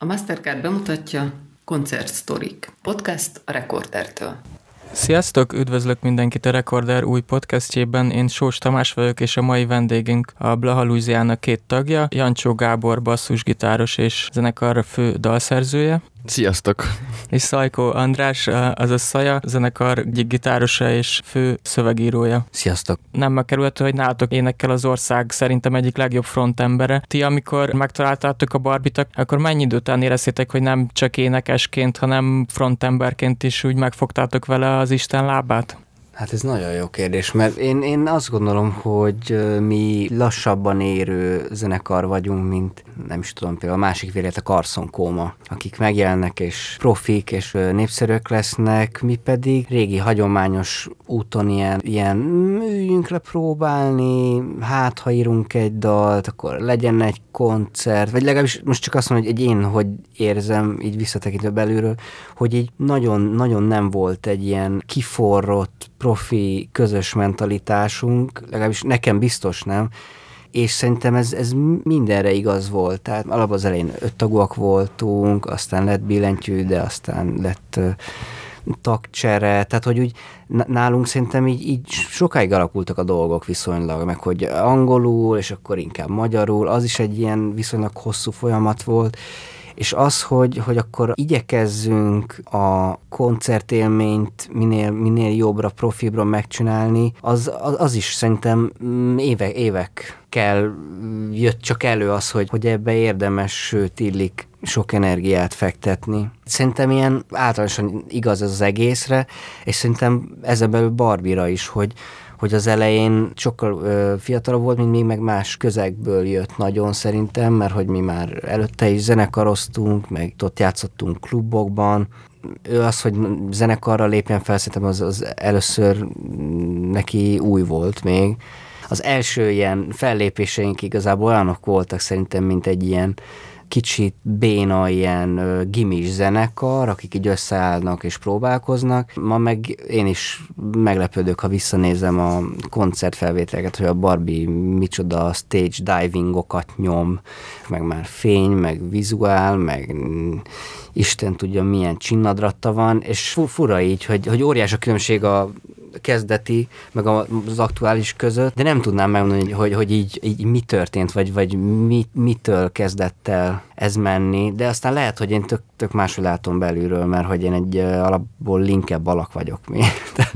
A Mastercard bemutatja Koncertsztorik, podcast a Rekordertől. Sziasztok, üdvözlök mindenkit a Rekorder új podcastjében. Én Sós Tamás vagyok, és a mai vendégünk a Blaha Louisiana 2 tagja, Jancsó Gábor basszusgitáros és zenekar fő dalszerzője. Sziasztok! És Szajkó András, azaz Szaja, zenekar egyik gitárosa és fő szövegírója. Sziasztok! Nem megkerülhető, hogy nálatok énekel az ország szerintem egyik legjobb frontembere. Ti, amikor megtaláltátok a Barbit, akkor mennyi idő után éreztétek, hogy nem csak énekesként, hanem frontemberként is úgy megfogtátok vele az Isten lábát? Hát ez nagyon jó kérdés, mert én azt gondolom, hogy mi lassabban érő zenekar vagyunk, mint nem is tudom, például a másik vélet a Carson Coma, akik megjelennek és profik és népszerűek lesznek, mi pedig régi hagyományos úton ilyen üljünk le próbálni, hát ha írunk egy dalt, akkor legyen egy koncert, vagy legalábbis most csak azt mondom, hogy én hogy érzem, így visszatekintve belülről, hogy így nagyon-nagyon nem volt egy ilyen kiforrott, profi, közös mentalitásunk, legalábbis nekem biztos nem, és szerintem ez mindenre igaz volt. Tehát alapban az elején 5 tagúak voltunk, aztán lett billentyű, de aztán lett tagcsere, tehát hogy úgy nálunk szerintem így sokáig alakultak a dolgok viszonylag, meg hogy angolul, és akkor inkább magyarul, az is egy ilyen viszonylag hosszú folyamat volt, és az, hogy akkor igyekezzünk a koncertélményt minél jobbra, profibra megcsinálni, az is szerintem évekkel jött csak elő az, hogy ebbe érdemes, sőt illik sok energiát fektetni. Szerintem ilyen általánosan igaz az egészre, és szerintem ezen belül Barbie-ra is, hogy az elején sokkal fiatalabb volt, mint még meg más közegből jött nagyon szerintem, mert hogy mi már előtte is zenekaroztunk, meg ott játszottunk klubokban. Ő az, hogy zenekarra lépjen fel, szerintem az először neki új volt még. Az első ilyen fellépéseink igazából olyanok voltak szerintem, mint egy ilyen kicsit béna ilyen gimis zenekar, akik így összeállnak és próbálkoznak. Ma meg én is meglepődök, ha visszanézem a koncertfelvételeket, hogy a Barbie micsoda stage divingokat nyom, meg már fény, meg vizuál, meg Isten tudja milyen csinnadratta van, és fura így, hogy óriás a különbség a kezdeti, meg az aktuális között, de nem tudnám megmondani, hogy így mi történt, vagy mitől kezdett el ez menni, de aztán lehet, hogy én tök máshogy látom belülről, mert hogy én egy alapból linkebb alak vagyok még.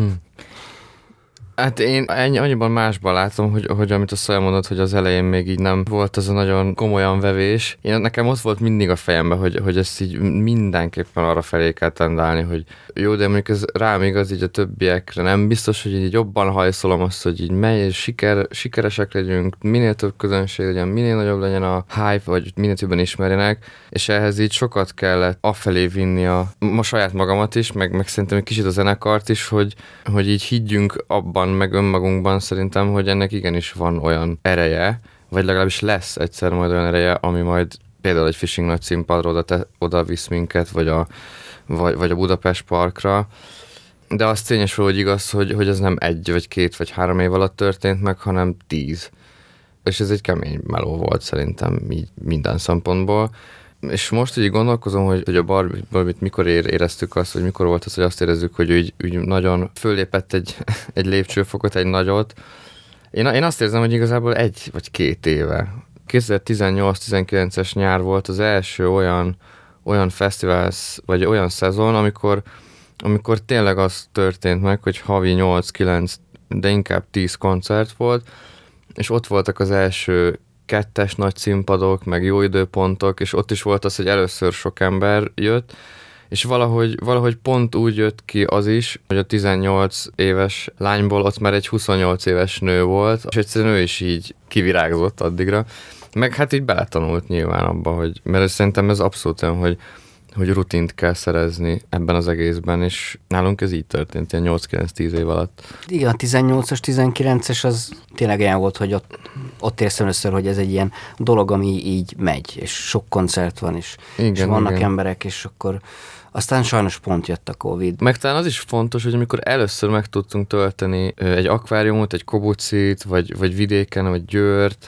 Hát én annyiban másban látom, hogy amit a Szaja mondott, hogy az elején még így nem volt az a nagyon komolyan vevés. Nekem ott volt mindig a fejemben, hogy ezt így mindenképpen arra felé kell tendálni, hogy jó, de mondjuk ez rám igaz így a többiekre. Nem biztos, hogy így jobban hajszolom azt, hogy így sikeresek legyünk, minél több közönség legyen, minél nagyobb legyen a hype, vagy minél többen ismerjenek, és ehhez így sokat kellett afelé vinni a saját magamat is, meg szerintem egy kicsit a zenekart is, hogy így higgyünk abban, meg önmagunkban szerintem, hogy ennek igenis van olyan ereje, vagy legalábbis lesz egyszer majd olyan ereje, ami majd például egy Fishing nagy színpadra oda visz minket, vagy a Budapest Parkra. De az tényes, hogy igaz, hogy ez nem 1, vagy 2, vagy 3 év alatt történt meg, hanem 10. És ez egy kemény meló volt szerintem így minden szempontból. És most így gondolkozom, hogy a Barbie-t mikor éreztük azt, vagy mikor volt az, hogy azt érezzük, hogy úgy nagyon fölépett egy lépcsőfokot, egy nagyot. Én azt érzem, hogy igazából 1 vagy 2 éve. 2018-19-es nyár volt az első olyan fesztivál, vagy olyan szezon, amikor tényleg az történt meg, hogy havi 8-9, de inkább 10 koncert volt, és ott voltak az első 2-es nagy színpadok, meg jó időpontok, és ott is volt az, hogy először sok ember jött, és valahogy pont úgy jött ki az is, hogy a 18 éves lányból ott már egy 28 éves nő volt, és egyszerűen ő is így kivirágzott addigra. Meg hát így beletanult nyilván abba, mert szerintem ez abszolút olyan, hogy rutint kell szerezni ebben az egészben, és nálunk ez így történt, ilyen 8-9-10 év alatt. Igen, a 18-as, 19-es az tényleg olyan volt, hogy ott érzem először, hogy ez egy ilyen dolog, ami így megy, és sok koncert van, és vannak emberek, és akkor aztán sajnos pont jött a Covid. Meg talán az is fontos, hogy amikor először meg tudtunk tölteni egy akváriumot, egy Kobucit, vagy vidéken, vagy Győrt,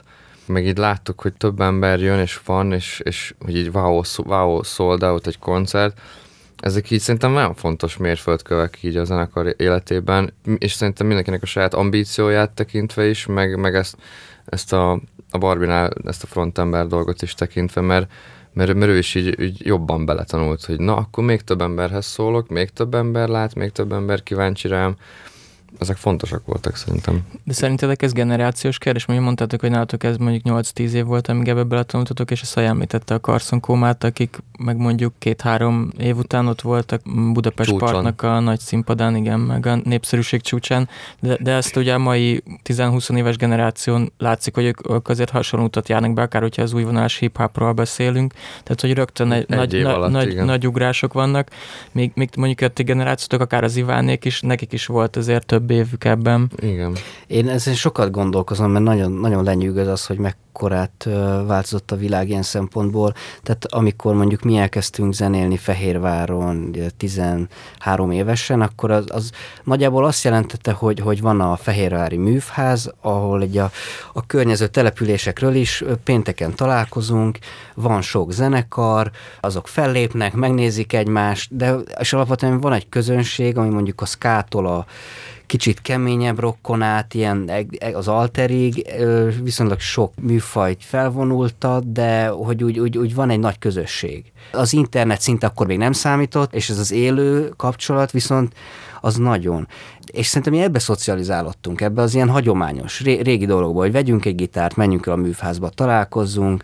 meg így láttuk, hogy több ember jön és van, és hogy így wow sold out egy koncert, ezek így szerintem nagyon fontos mérföldkövek így a zenekar életében, és szerintem mindenkinek a saját ambícióját tekintve is, meg ezt a Barbinál ezt a frontember dolgot is tekintve, mert ő is így jobban beletanult, hogy na, akkor még több emberhez szólok, még több ember lát, még több ember kíváncsi rám. Ezek fontosak voltak szerintem. De szerintetek ez generációs kérdés? Mondjuk mondtátok, hogy nálatok ez mondjuk 8-10 év volt, amíg ebbe beletanultatok, és ezt említette a Carson Comát, akik meg mondjuk 2-3 év után ott voltak Budapest Csúcson. Parknak a nagy színpadán, igen, meg a népszerűség csúcsán, de ezt ugye a mai 10-20 éves generáción látszik, hogy ők azért hasonló utat járnak be, akár hogyha az újvonalas hip-hopról beszélünk, tehát hogy rögtön nagy ugrások vannak, még mondjuk a ti generációtok, akár az Ivánék is, nekik is volt azért több évük ebben. Igen. Én ezen sokat gondolkozom, mert nagyon, nagyon lenyűgöz az, hogy mekkorát változott a világ ilyen szempontból. Tehát amikor mondjuk mi elkezdtünk zenélni Fehérváron 13 évesen, akkor az nagyjából azt jelentette, hogy van a Fehérvári Művház, ahol egy a környező településekről is pénteken találkozunk, van sok zenekar, azok fellépnek, megnézik egymást, és alapvetően van egy közönség, ami mondjuk a skától a kicsit keményebb rockon át, ilyen az alterig, viszonylag sok műfajt felvonulta, de hogy úgy van egy nagy közösség. Az internet szinte akkor még nem számított, és ez az élő kapcsolat viszont az nagyon. És szerintem mi ebbe szocializálódtunk, ebbe az ilyen hagyományos, régi dologba, hogy vegyünk egy gitárt, menjünk el a művházba, találkozzunk.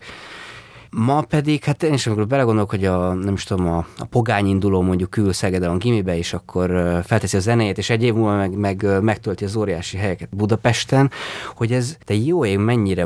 Ma pedig, hát én is amikor belegondolok, hogy a pogányinduló mondjuk ül Szegeden gimibe, és akkor felteszi a zenéjét, és egy év múlva meg megtölti az óriási helyeket Budapesten, hogy ez, de jó ég,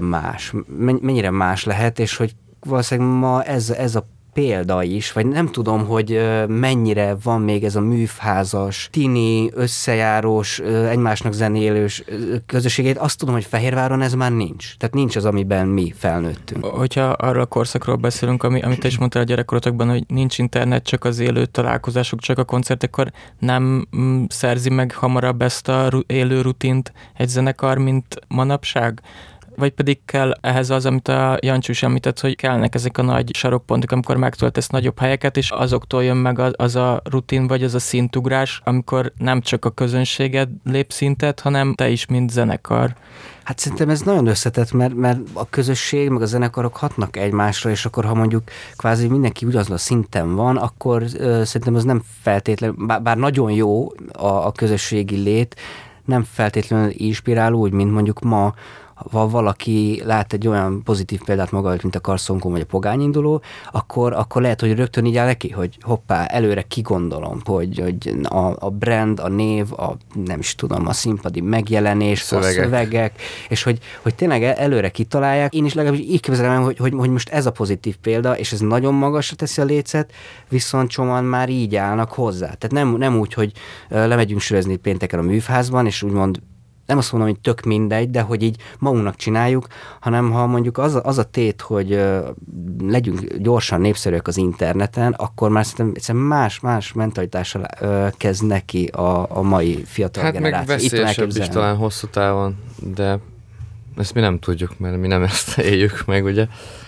mennyire más lehet, és hogy valószínűleg ma ez a példa is, vagy nem tudom, hogy mennyire van még ez a művházas, tini, összejárós, egymásnak zenélős közösségét. Azt tudom, hogy Fehérváron ez már nincs. Tehát nincs az, amiben mi felnőttünk. Hogyha arról a korszakról beszélünk, amit te is mondtál a gyerekkorotokban, hogy nincs internet, csak az élő találkozások, csak a koncertek, akkor nem szerzi meg hamarabb ezt a élő rutint egy zenekar, mint manapság? Vagy pedig kell ehhez az, amit a Jancsú is említett, hogy kellnek ezek a nagy sarokpontok, amikor megtöltesz nagyobb helyeket, és azoktól jön meg az a rutin, vagy az a szintugrás, amikor nem csak a közönséged lép szintet, hanem te is, mint zenekar. Hát szerintem ez nagyon összetett, mert a közösség, meg a zenekarok hatnak egymásra, és akkor, ha mondjuk kvázi mindenki ugyanazon a szinten van, akkor szerintem ez nem feltétlenül, bár nagyon jó a közösségi lét, nem feltétlenül inspiráló, úgy, mint mondjuk ma, ha valaki lát egy olyan pozitív példát maga, mint a Carson Com vagy a pogányinduló, akkor lehet, hogy rögtön így áll neki, hogy hoppá, előre kigondolom, hogy a brand, a név, nem is tudom, a színpadi megjelenés, a szövegek, és hogy tényleg előre kitalálják. Én is legalábbis így képzelem, hogy most ez a pozitív példa, és ez nagyon magasra teszi a lécet, viszont csomóan már így állnak hozzá. Tehát nem úgy, hogy lemegyünk sörözni pénteken a művházban, és úgymond nem azt mondom, hogy tök mindegy, de hogy így magunknak csináljuk, hanem ha mondjuk az a tét, hogy legyünk gyorsan népszerűek az interneten, akkor már szerintem más mentalitással kezd neki a mai fiatal generáció. Hát meg veszélyesebb is talán hosszú távon, de ezt mi nem tudjuk, mert mi nem ezt éljük meg, ugye?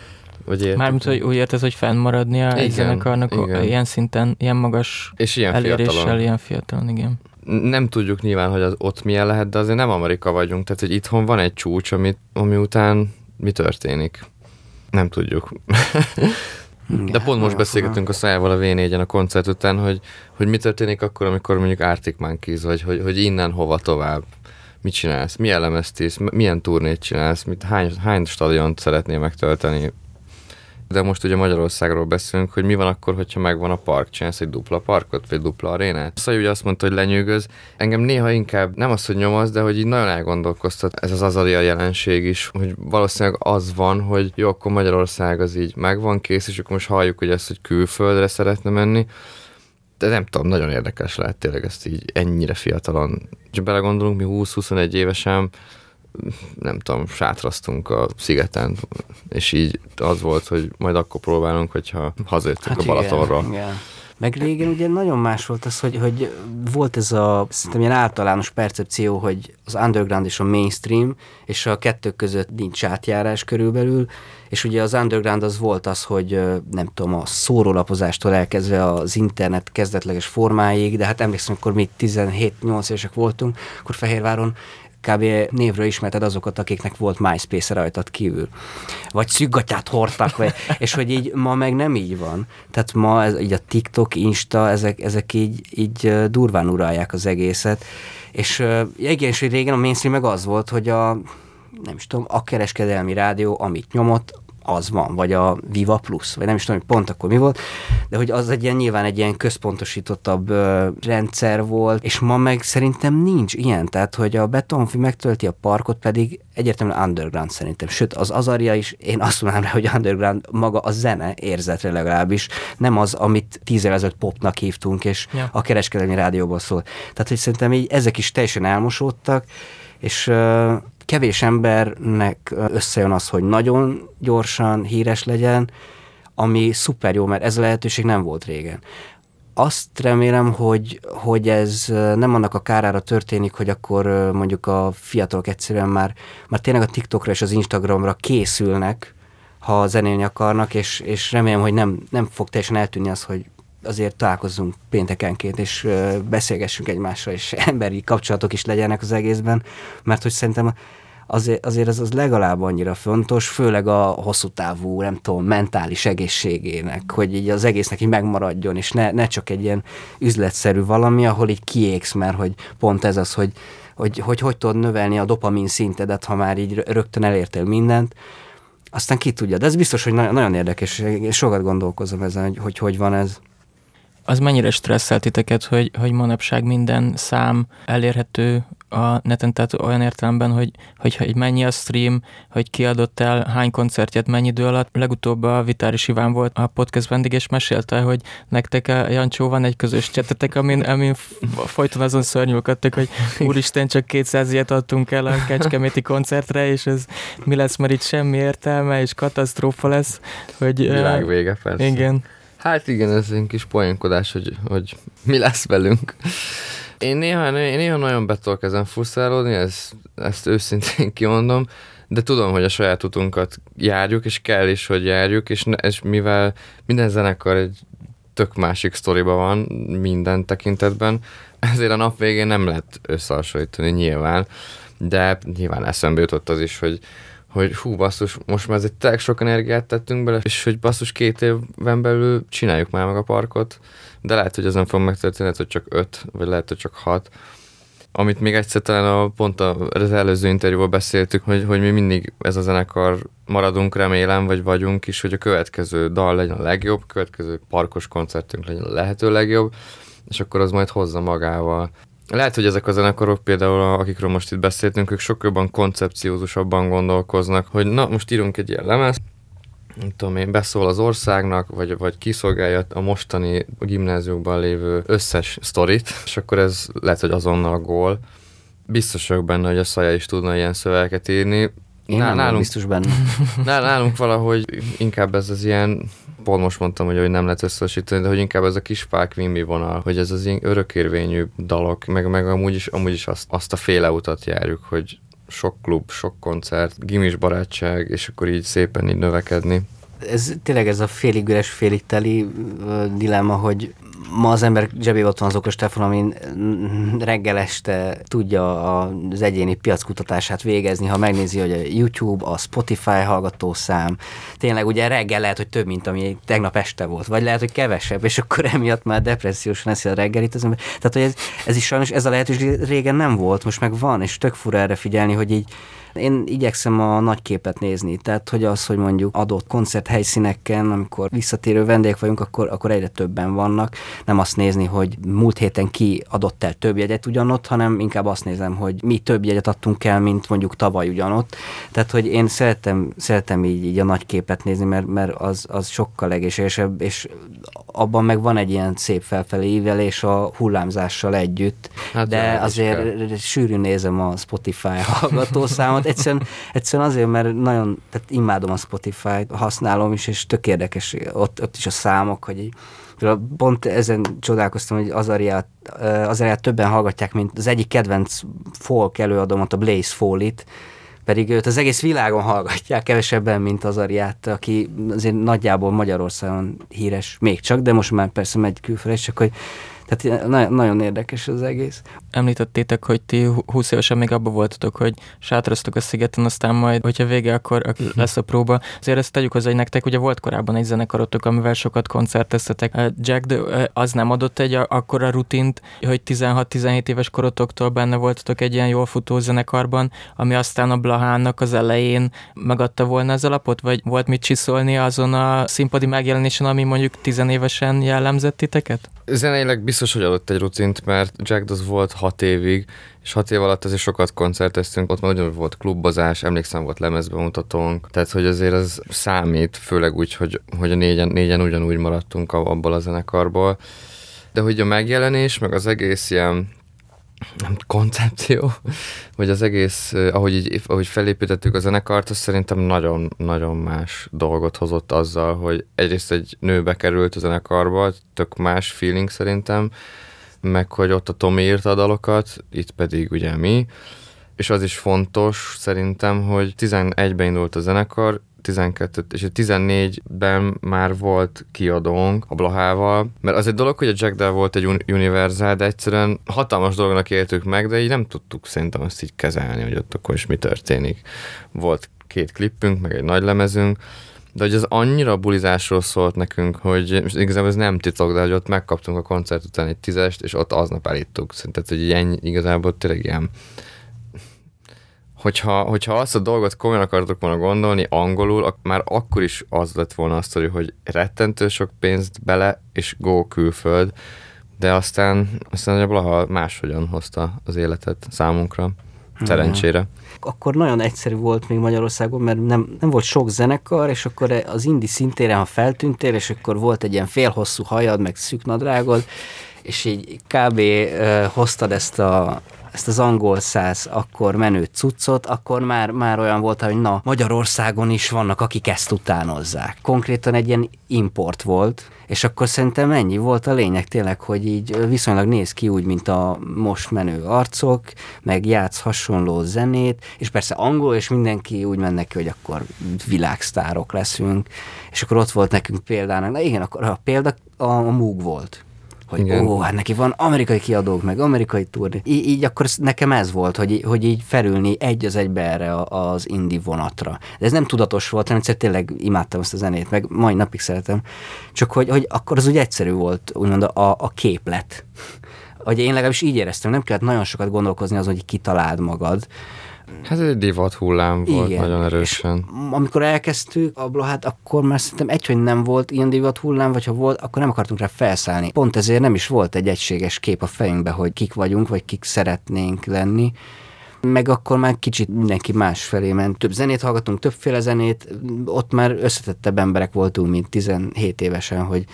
Mármint, hogy úgy érted, hogy fennmaradnia egy zenekarnak ilyen szinten, ilyen magas és ilyen eléréssel, fiatalon. Ilyen fiatalon, igen. Nem tudjuk nyilván, hogy ott milyen lehet, de azért nem Amerika vagyunk, tehát hogy itthon van egy csúcs, ami után mi történik. Nem tudjuk. De pont most beszélgetünk a Szájával a V4-en a koncert után, hogy mi történik akkor, amikor mondjuk Arctic Monkeys, vagy hogy innen hova tovább. Mit csinálsz? Milyen lemezt tíz? Milyen turnét csinálsz? Hány stadiont szeretnél megtölteni? De most ugye Magyarországról beszélünk, hogy mi van akkor, hogyha megvan a park, csinálsz egy dupla parkot, vagy dupla arénát. Szóval ugye azt mondta, hogy lenyűgöz. Engem néha inkább nem az, hogy nyomaz, de hogy így nagyon elgondolkoztat ez az Azaria jelenség is, hogy valószínűleg az van, hogy jó, akkor Magyarország az így megvan, kész, és akkor most halljuk, hogy ezt, hogy külföldre szeretne menni. De nem tudom, nagyon érdekes lehet tényleg ezt így ennyire fiatalon. Ha belegondolunk, mi 20-21 évesen, nem tudom, sátraztunk a szigeten, és így az volt, hogy majd akkor próbálunk, hogyha hazajöttünk a Balatonról. Igen. Meg régen ugye nagyon más volt az, hogy volt ez a szerintem ilyen általános percepció, hogy az underground és a mainstream, és a kettő között nincs átjárás körülbelül, és ugye az underground az volt az, hogy nem tudom, a szórólapozástól elkezdve az internet kezdetleges formáig, de hát emlékszem, amikor mi 17-8 évesek voltunk, akkor Fehérváron kb. Névről ismerted azokat, akiknek volt MySpace rajtad kívül. Vagy szűkgatyát hordtak, és hogy így ma meg nem így van. Tehát ma így a TikTok, Insta, ezek így durván uralják az egészet. És igen, és régen a mainstream meg az volt, hogy nem is tudom, a kereskedelmi rádió, amit nyomott, az van, vagy a Viva Plus, vagy nem is tudom, hogy pont akkor mi volt, de hogy az nyilván egy ilyen központosítottabb rendszer volt, és ma meg szerintem nincs ilyen, tehát hogy a Betonfi megtölti a parkot, pedig egyértelműen underground szerintem, sőt az Azaria is, én azt mondanám rá, hogy underground maga a zene érzetre legalábbis, nem az, amit 10 évvel ezelőtt popnak hívtunk, és a kereskedelmi rádióból szól. Tehát, hogy szerintem így ezek is teljesen elmosódtak, és kevés embernek összejön az, hogy nagyon gyorsan híres legyen, ami szuper jó, mert ez a lehetőség nem volt régen. Azt remélem, hogy ez nem annak a kárára történik, hogy akkor mondjuk a fiatalok egyszerűen már tényleg a TikTokra és az Instagramra készülnek, ha zenélni akarnak, és remélem, hogy nem fog teljesen eltűnni az, hogy azért találkozzunk péntekenként, és beszélgessünk egymással, és emberi kapcsolatok is legyenek az egészben, mert hogy szerintem azért az legalább annyira fontos, főleg a hosszú távú, nem tudom, mentális egészségének, hogy így az egésznek így megmaradjon, és ne csak egy ilyen üzletszerű valami, ahol így kiégsz, mert hogy pont ez az, hogy tudod növelni a dopamin szintedet, ha már így rögtön elértél mindent, aztán ki tudja. De ez biztos, hogy nagyon érdekes, és sokat gondolkozom ezen, hogy van ez. Az mennyire stresszel titeket, hogy manapság minden szám elérhető a neten, tehát olyan értelemben, hogy mennyi a stream, hogy kiadott el hány koncertjét mennyi idő alatt. Legutóbb a Vitáris Iván volt a podcast vendég, és mesélte, hogy nektek a Jancsó van egy közös csetetek, amin folyton azon szörnyűködtök, hogy úristen, csak 200 ilyet adtunk el a kecskeméti koncertre, és ez mi lesz, mert itt semmi értelme, és katasztrófa lesz. Hogy, világ vége, persze. Igen. Hát igen, ez egy kis poénkodás, hogy mi lesz velünk. Én néha nagyon be tudok ezen fuszálódni, ezt őszintén kimondom, de tudom, hogy a saját utunkat járjuk, és kell is, hogy járjuk, és mivel minden zenekar egy tök másik sztoriba van minden tekintetben, ezért a nap végén nem lehet összehasonlítani nyilván, de nyilván eszembe jutott az is, hogy hú, basszus, most már ez tényleg sok energiát tettünk bele, és hogy basszus 2 éven belül csináljuk már meg a parkot, de lehet, hogy ez nem fog megtörténni, lehet, hogy csak 5, vagy lehet, hogy csak 6. Amit még egyszer talán pont az előző interjúban beszéltük, hogy mi mindig ez a zenekar maradunk, remélem, vagy vagyunk is, hogy a következő dal legyen a legjobb, a következő parkos koncertünk legyen a lehető legjobb, és akkor az majd hozza magával. Lehet, hogy ezek a zenekarok például, akikről most itt beszéltünk, ők sokkal jobban koncepciózusabban gondolkoznak, hogy na, most írunk egy ilyen lemezt, nem tudom én, beszól az országnak, vagy kiszolgálja a mostani gimnáziumban lévő összes sztorit, és akkor ez lehet, hogy azonnal gól. Biztos vagyok benne, hogy a Szaja is tudna ilyen szövegeket írni. Én nálunk, biztos benne. Nálunk valahogy inkább ez az ilyen, pont most mondtam, hogy nem lehet összehasonlítani, de hogy inkább ez a kis Pák Wimby vonal, hogy ez az ilyen örökérvényű dalok, meg amúgy is azt a féle utat járjuk, hogy sok klub, sok koncert, gimis barátság, és akkor így szépen így növekedni. Ez tényleg ez a félig üres, félig teli dilemma, hogy ma az ember zsebében ott van az okostelefon, amin reggel este tudja az egyéni piackutatását végezni, ha megnézi, hogy a YouTube, a Spotify hallgatószám, tényleg ugye reggel lehet, hogy több, mint ami tegnap este volt, vagy lehet, hogy kevesebb, és akkor emiatt már depressziósan eszi a reggelit az ember. Tehát, hogy ez is sajnos, ez a lehetőség régen nem volt, most meg van, és tök fura erre figyelni, hogy így én igyekszem a nagy képet nézni, tehát hogy az, hogy mondjuk adott koncerthelyszíneken, amikor visszatérő vendégek vagyunk, akkor egyre többen vannak. Nem azt nézni, hogy múlt héten ki adott el több jegyet ugyanott, hanem inkább azt nézem, hogy mi több jegyet adtunk el, mint mondjuk tavaly ugyanott. Tehát, hogy én szeretem így a nagy képet nézni, mert az sokkal egészségesebb, és abban meg van egy ilyen szép felfelé ívelés a hullámzással együtt. Hát de azért sűrűn nézem a Spotify hallgatószámot. Egyszerűen azért, mert nagyon, tehát imádom a Spotify-t, használom is, és tök érdekes ott is a számok, hogy így Pont ezen csodálkoztam, hogy Azariát többen hallgatják, mint az egyik kedvenc folk előadómat, a Blaze Foley-t, pedig őt az egész világon hallgatják, kevesebben, mint Azariát, aki azért nagyjából Magyarországon híres még csak, de most már persze megy külföldre, csak hogy tehát nagyon érdekes az egész. Említettétek, hogy ti 20 évesen még abban voltatok, hogy sátroztok a szigeten, aztán majd, hogyha vége, akkor lesz a próba. Azért ezt tegyük hozzá, hogy nektek ugye volt korábban egy zenekarotok, amivel sokat koncerteztetek. Jack, de az nem adott egy akkora rutint, hogy 16-17 éves korotoktól benne voltatok egy ilyen jól futó zenekarban, ami aztán a Blahának az elején megadta volna az alapot, vagy volt mit csiszolni azon a színpadi megjelenésen, ami mondjuk 10 évesen jellemzett titeket? Zeneileg biztos, hogy adott egy rutint, mert Jack az volt 6 évig, és 6 év alatt azért sokat koncerteztünk, ott már ugyanúgy volt klubozás, emlékszem, volt lemezbemutatónk, tehát hogy azért az számít, főleg úgy, hogy a négyen ugyanúgy maradtunk abból a zenekarból. De hogy a megjelenés, meg az egész ilyen koncepció, vagy az egész, ahogy felépítettük a zenekart, az szerintem nagyon más dolgot hozott azzal, hogy egyrészt egy nő bekerült a zenekarba, tök más feeling szerintem, meg hogy ott a Tomi írta a dalokat, itt pedig ugye mi, és az is fontos szerintem, hogy 11-ben indult a zenekar, 12 és 14-ben már volt kiadónk a Blahával, mert az egy dolog, hogy a Jack-del volt egy univerzál, de egyszerűen hatalmas dolognak éltük meg, de így nem tudtuk szerintem azt így kezelni, hogy ott akkor is mi történik. Volt 2 klippünk, meg egy nagy lemezünk, de hogy az annyira bulizásról szólt nekünk, hogy igazából ez nem titok, de hogy ott megkaptunk a koncert után egy 10-est, és ott aznap elittuk. Szerintem, hogy ennyi, igazából tényleg ilyen. Hogyha azt a dolgot komolyan akartok volna gondolni angolul, már akkor is az lett volna a sztori, hogy rettentő sok pénzt bele, és go külföld, de aztán a Blaha máshogyan hozta az életet számunkra, szerencsére. Akkor nagyon egyszerű volt még Magyarországon, mert nem volt sok zenekar, és akkor az indie szintéren, ha feltűntél, és akkor volt egy ilyen félhosszú hajad, meg szűk nadrágod, és így kb. Hoztad ezt az angol száz akkor menő cuccot, akkor már olyan volt, hogy na, Magyarországon is vannak, akik ezt utánozzák. Konkrétan egy ilyen import volt, és akkor szerintem ennyi volt a lényeg tényleg, hogy így viszonylag néz ki úgy, mint a most menő arcok, meg játsz hasonló zenét, és persze angol, és mindenki úgy mennek ki, hogy akkor világsztárok leszünk, és akkor ott volt nekünk példának, na igen, akkor a példa a Moog volt. Hogy hát neki van amerikai kiadók, meg amerikai turné. Így akkor nekem ez volt, hogy így felülni egy az egybe erre az indie vonatra. De ez nem tudatos volt, hanem egyszer tényleg imádtam ezt a zenét, meg mai napig szeretem. Csak hogy akkor az úgy egyszerű volt, úgymond a képlet. Hogy én legalábbis így éreztem, nem kellett nagyon sokat gondolkozni azon, hogy kitaláld magad. Hát ez egy divat hullám volt. Igen, nagyon erősen. És amikor elkezdtük a Blahát, akkor már szerintem hogy nem volt ilyen divat hullám, vagy ha volt, akkor nem akartunk rá felszállni. Pont ezért nem is volt egy egységes kép a fejünkben, hogy kik vagyunk, vagy kik szeretnénk lenni. Meg akkor már kicsit mindenki másfelé ment. Több zenét hallgatunk, többféle zenét, ott már összetettebb emberek voltunk, mint 17 évesen, hogy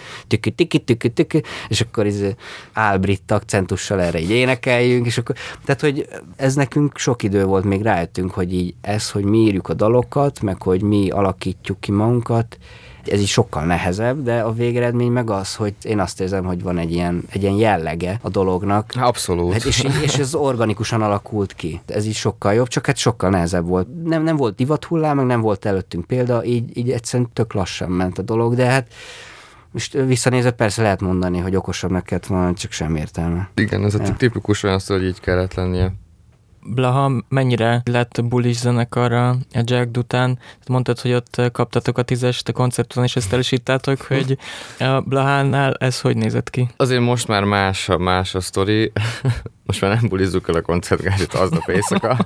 tükü, és akkor álbritt akcentussal erre így énekeljünk, és akkor, tehát, hogy ez nekünk sok idő volt, még rájöttünk, hogy így ez, hogy mi írjuk a dalokat, meg hogy mi alakítjuk ki magunkat, ez így sokkal nehezebb, de a végeredmény meg az, hogy én azt érzem, hogy van egy ilyen jellege a dolognak. Abszolút. Hát és ez organikusan alakult ki. Ez így sokkal jobb, csak hát sokkal nehezebb volt. Nem volt divathullám, meg nem volt előttünk példa, így egyszerűen tök lassan ment a dolog, de hát most visszanézve persze lehet mondani, hogy okosabbnak kellett volna, csak sem értelme. Igen, ez a tipikus olyan szó, hogy így kellett lennie. Blaha mennyire lett bulis zenekarra a Jack után? Mondtad, hogy ott kaptatok a 10-est a koncert után, és ezt el is hittátok, hogy a Blahánál ez hogy nézett ki? Azért most már más a sztori. Most már nem bulizzuk el a koncertgázsit aznap éjszaka.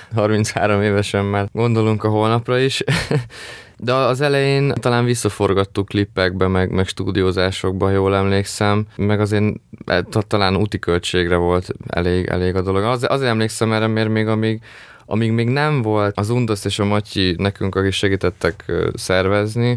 33 évesen már gondolunk a holnapra is. De az elején talán visszaforgattuk klippekbe, meg stúdiózásokba, ha jól emlékszem, meg azért talán úti költségre volt elég a dolog. Azért emlékszem erre, mert még amíg még nem volt az Undoszt és a Matyi nekünk, akik segítettek szervezni,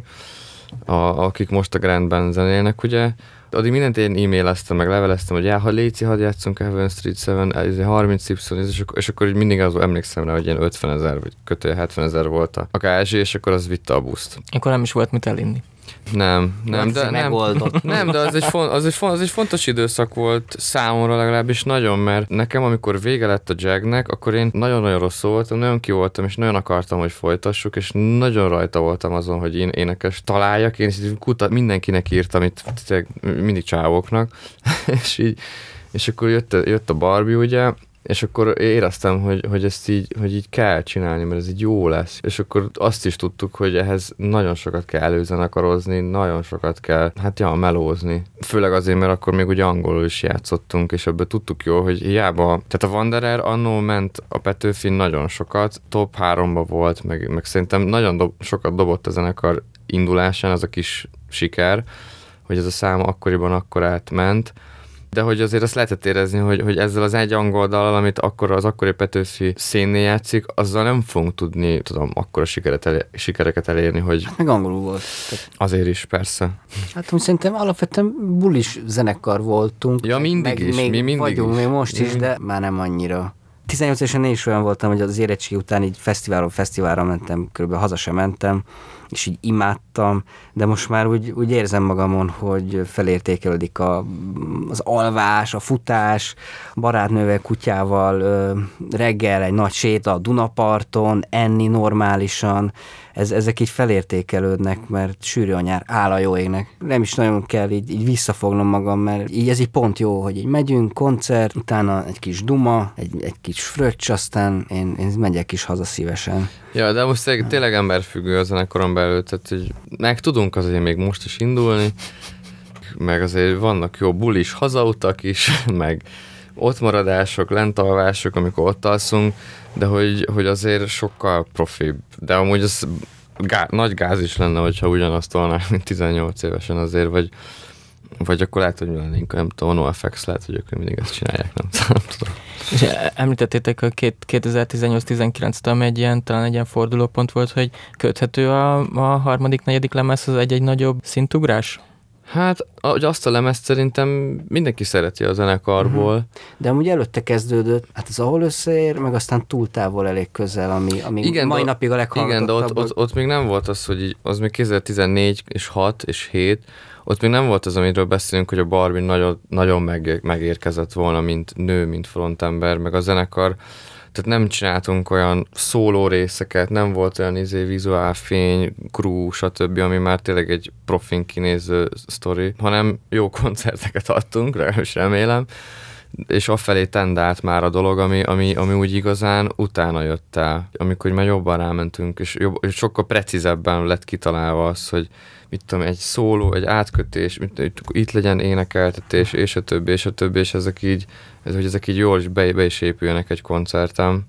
akik most a Grandben zenélnek, ugye, addig mindent én e-maileztem, meg leveleztem, hogy ha léci, hadd játszunk Heaven Street 7, 30Y, és akkor így mindig az emlékszem rá, hogy ilyen 50 000, vagy 70 000 volt a KSZ, és akkor az vitte a buszt. Akkor nem is volt mit elinni. Nem, de megoldott. Nem, de az egy fontos időszak volt számomra legalábbis nagyon, mert nekem, amikor vége lett a Jagnek, akkor én nagyon-nagyon rossz voltam, nagyon ki voltam, és nagyon akartam, hogy folytassuk, és nagyon rajta voltam azon, hogy én énekes találjak, én mindenkinek írtam itt, mindig csávoknak, és akkor jött a Barbie, ugye, és akkor éreztem, hogy ezt így kell csinálni, mert ez így jó lesz. És akkor azt is tudtuk, hogy ehhez nagyon sokat kell előzenekarozni, nagyon sokat kell, melózni. Főleg azért, mert akkor még ugye angolul is játszottunk, és ebből tudtuk jól, hogy hiába, tehát a Wanderer annó ment a Petőfin nagyon sokat, top 3-ba volt, meg szerintem nagyon sokat dobott a zenekar indulásán, az a kis siker, hogy ez a szám akkoriban akkor átment. De hogy azért azt lehetett érezni, hogy ezzel az egy angol dallal, amit akkor az akkori Petőfi szénnél játszik, azzal nem fogunk tudni, akkora sikereket elérni, hogy... Hát meg angolul volt. Azért is, persze. Hát úgy szerintem alapvetően bulis zenekar voltunk. Ja, mindig is. Mi mindig vagyunk, is. még most is, de már nem annyira. 18 évesen én is olyan voltam, hogy az érettség után így fesztiválra mentem, körülbelül haza sem mentem, és így imádtam, de most már úgy érzem magamon, hogy felértékelődik az alvás, a futás, barátnővel, kutyával, reggel egy nagy séta a Dunaparton, enni normálisan, ezek így felértékelődnek, mert sűrű a nyár, áll a jó égnek. Nem is nagyon kell így visszafognom magam, mert így ez így pont jó, hogy így megyünk, koncert, utána egy kis duma, egy kis fröccs, aztán én megyek is haza szívesen. Ja, de most tényleg emberfüggő a zenekoron belül, tehát hogy meg tudunk azért még most is indulni, meg azért vannak jó bulis hazautak is, meg ottmaradások, lentalvások, amikor ott alszunk, de hogy azért sokkal profibb. De amúgy az nagy gáz is lenne, hogyha ugyanazt tolnánk, mint 18 évesen azért, vagy akkor lehet, hogy mi lennénk, nem tudom, NoFX, lehet, hogy ők mindig ezt csinálják, nem tudom. És említettétek a 2018-19 talán egy ilyen fordulópont volt, hogy köthető a harmadik, negyedik lemezhez egy nagyobb szintugrás? Hát, azt a lemezt szerintem mindenki szereti a zenekarból. De amúgy előtte kezdődött, hát az ahol összeér, meg aztán túl távol elég közel, ami igen, mai napig a leghallgatottabb. Igen, de ott még nem volt az, hogy így, az még 2014 és 6 és 7, ott még nem volt az, amiről beszélünk, hogy a Barbie nagyon, nagyon megérkezett volna, mint nő, mint frontember, meg a zenekar. Tehát nem csináltunk olyan szóló részeket, nem volt olyan vizuálfény, crew, stb., ami már tényleg egy profin kinéző sztori, hanem jó koncerteket adtunk, legalábbis remélem, és afelé tendált már a dolog, ami úgy igazán utána jött el, amikor már jobban rámentünk, és sokkal precízebben lett kitalálva az, hogy mit tudom, egy szóló, egy átkötés, itt legyen énekeltetés, és a többi, és ezek így jól is be is épüljenek egy koncerten.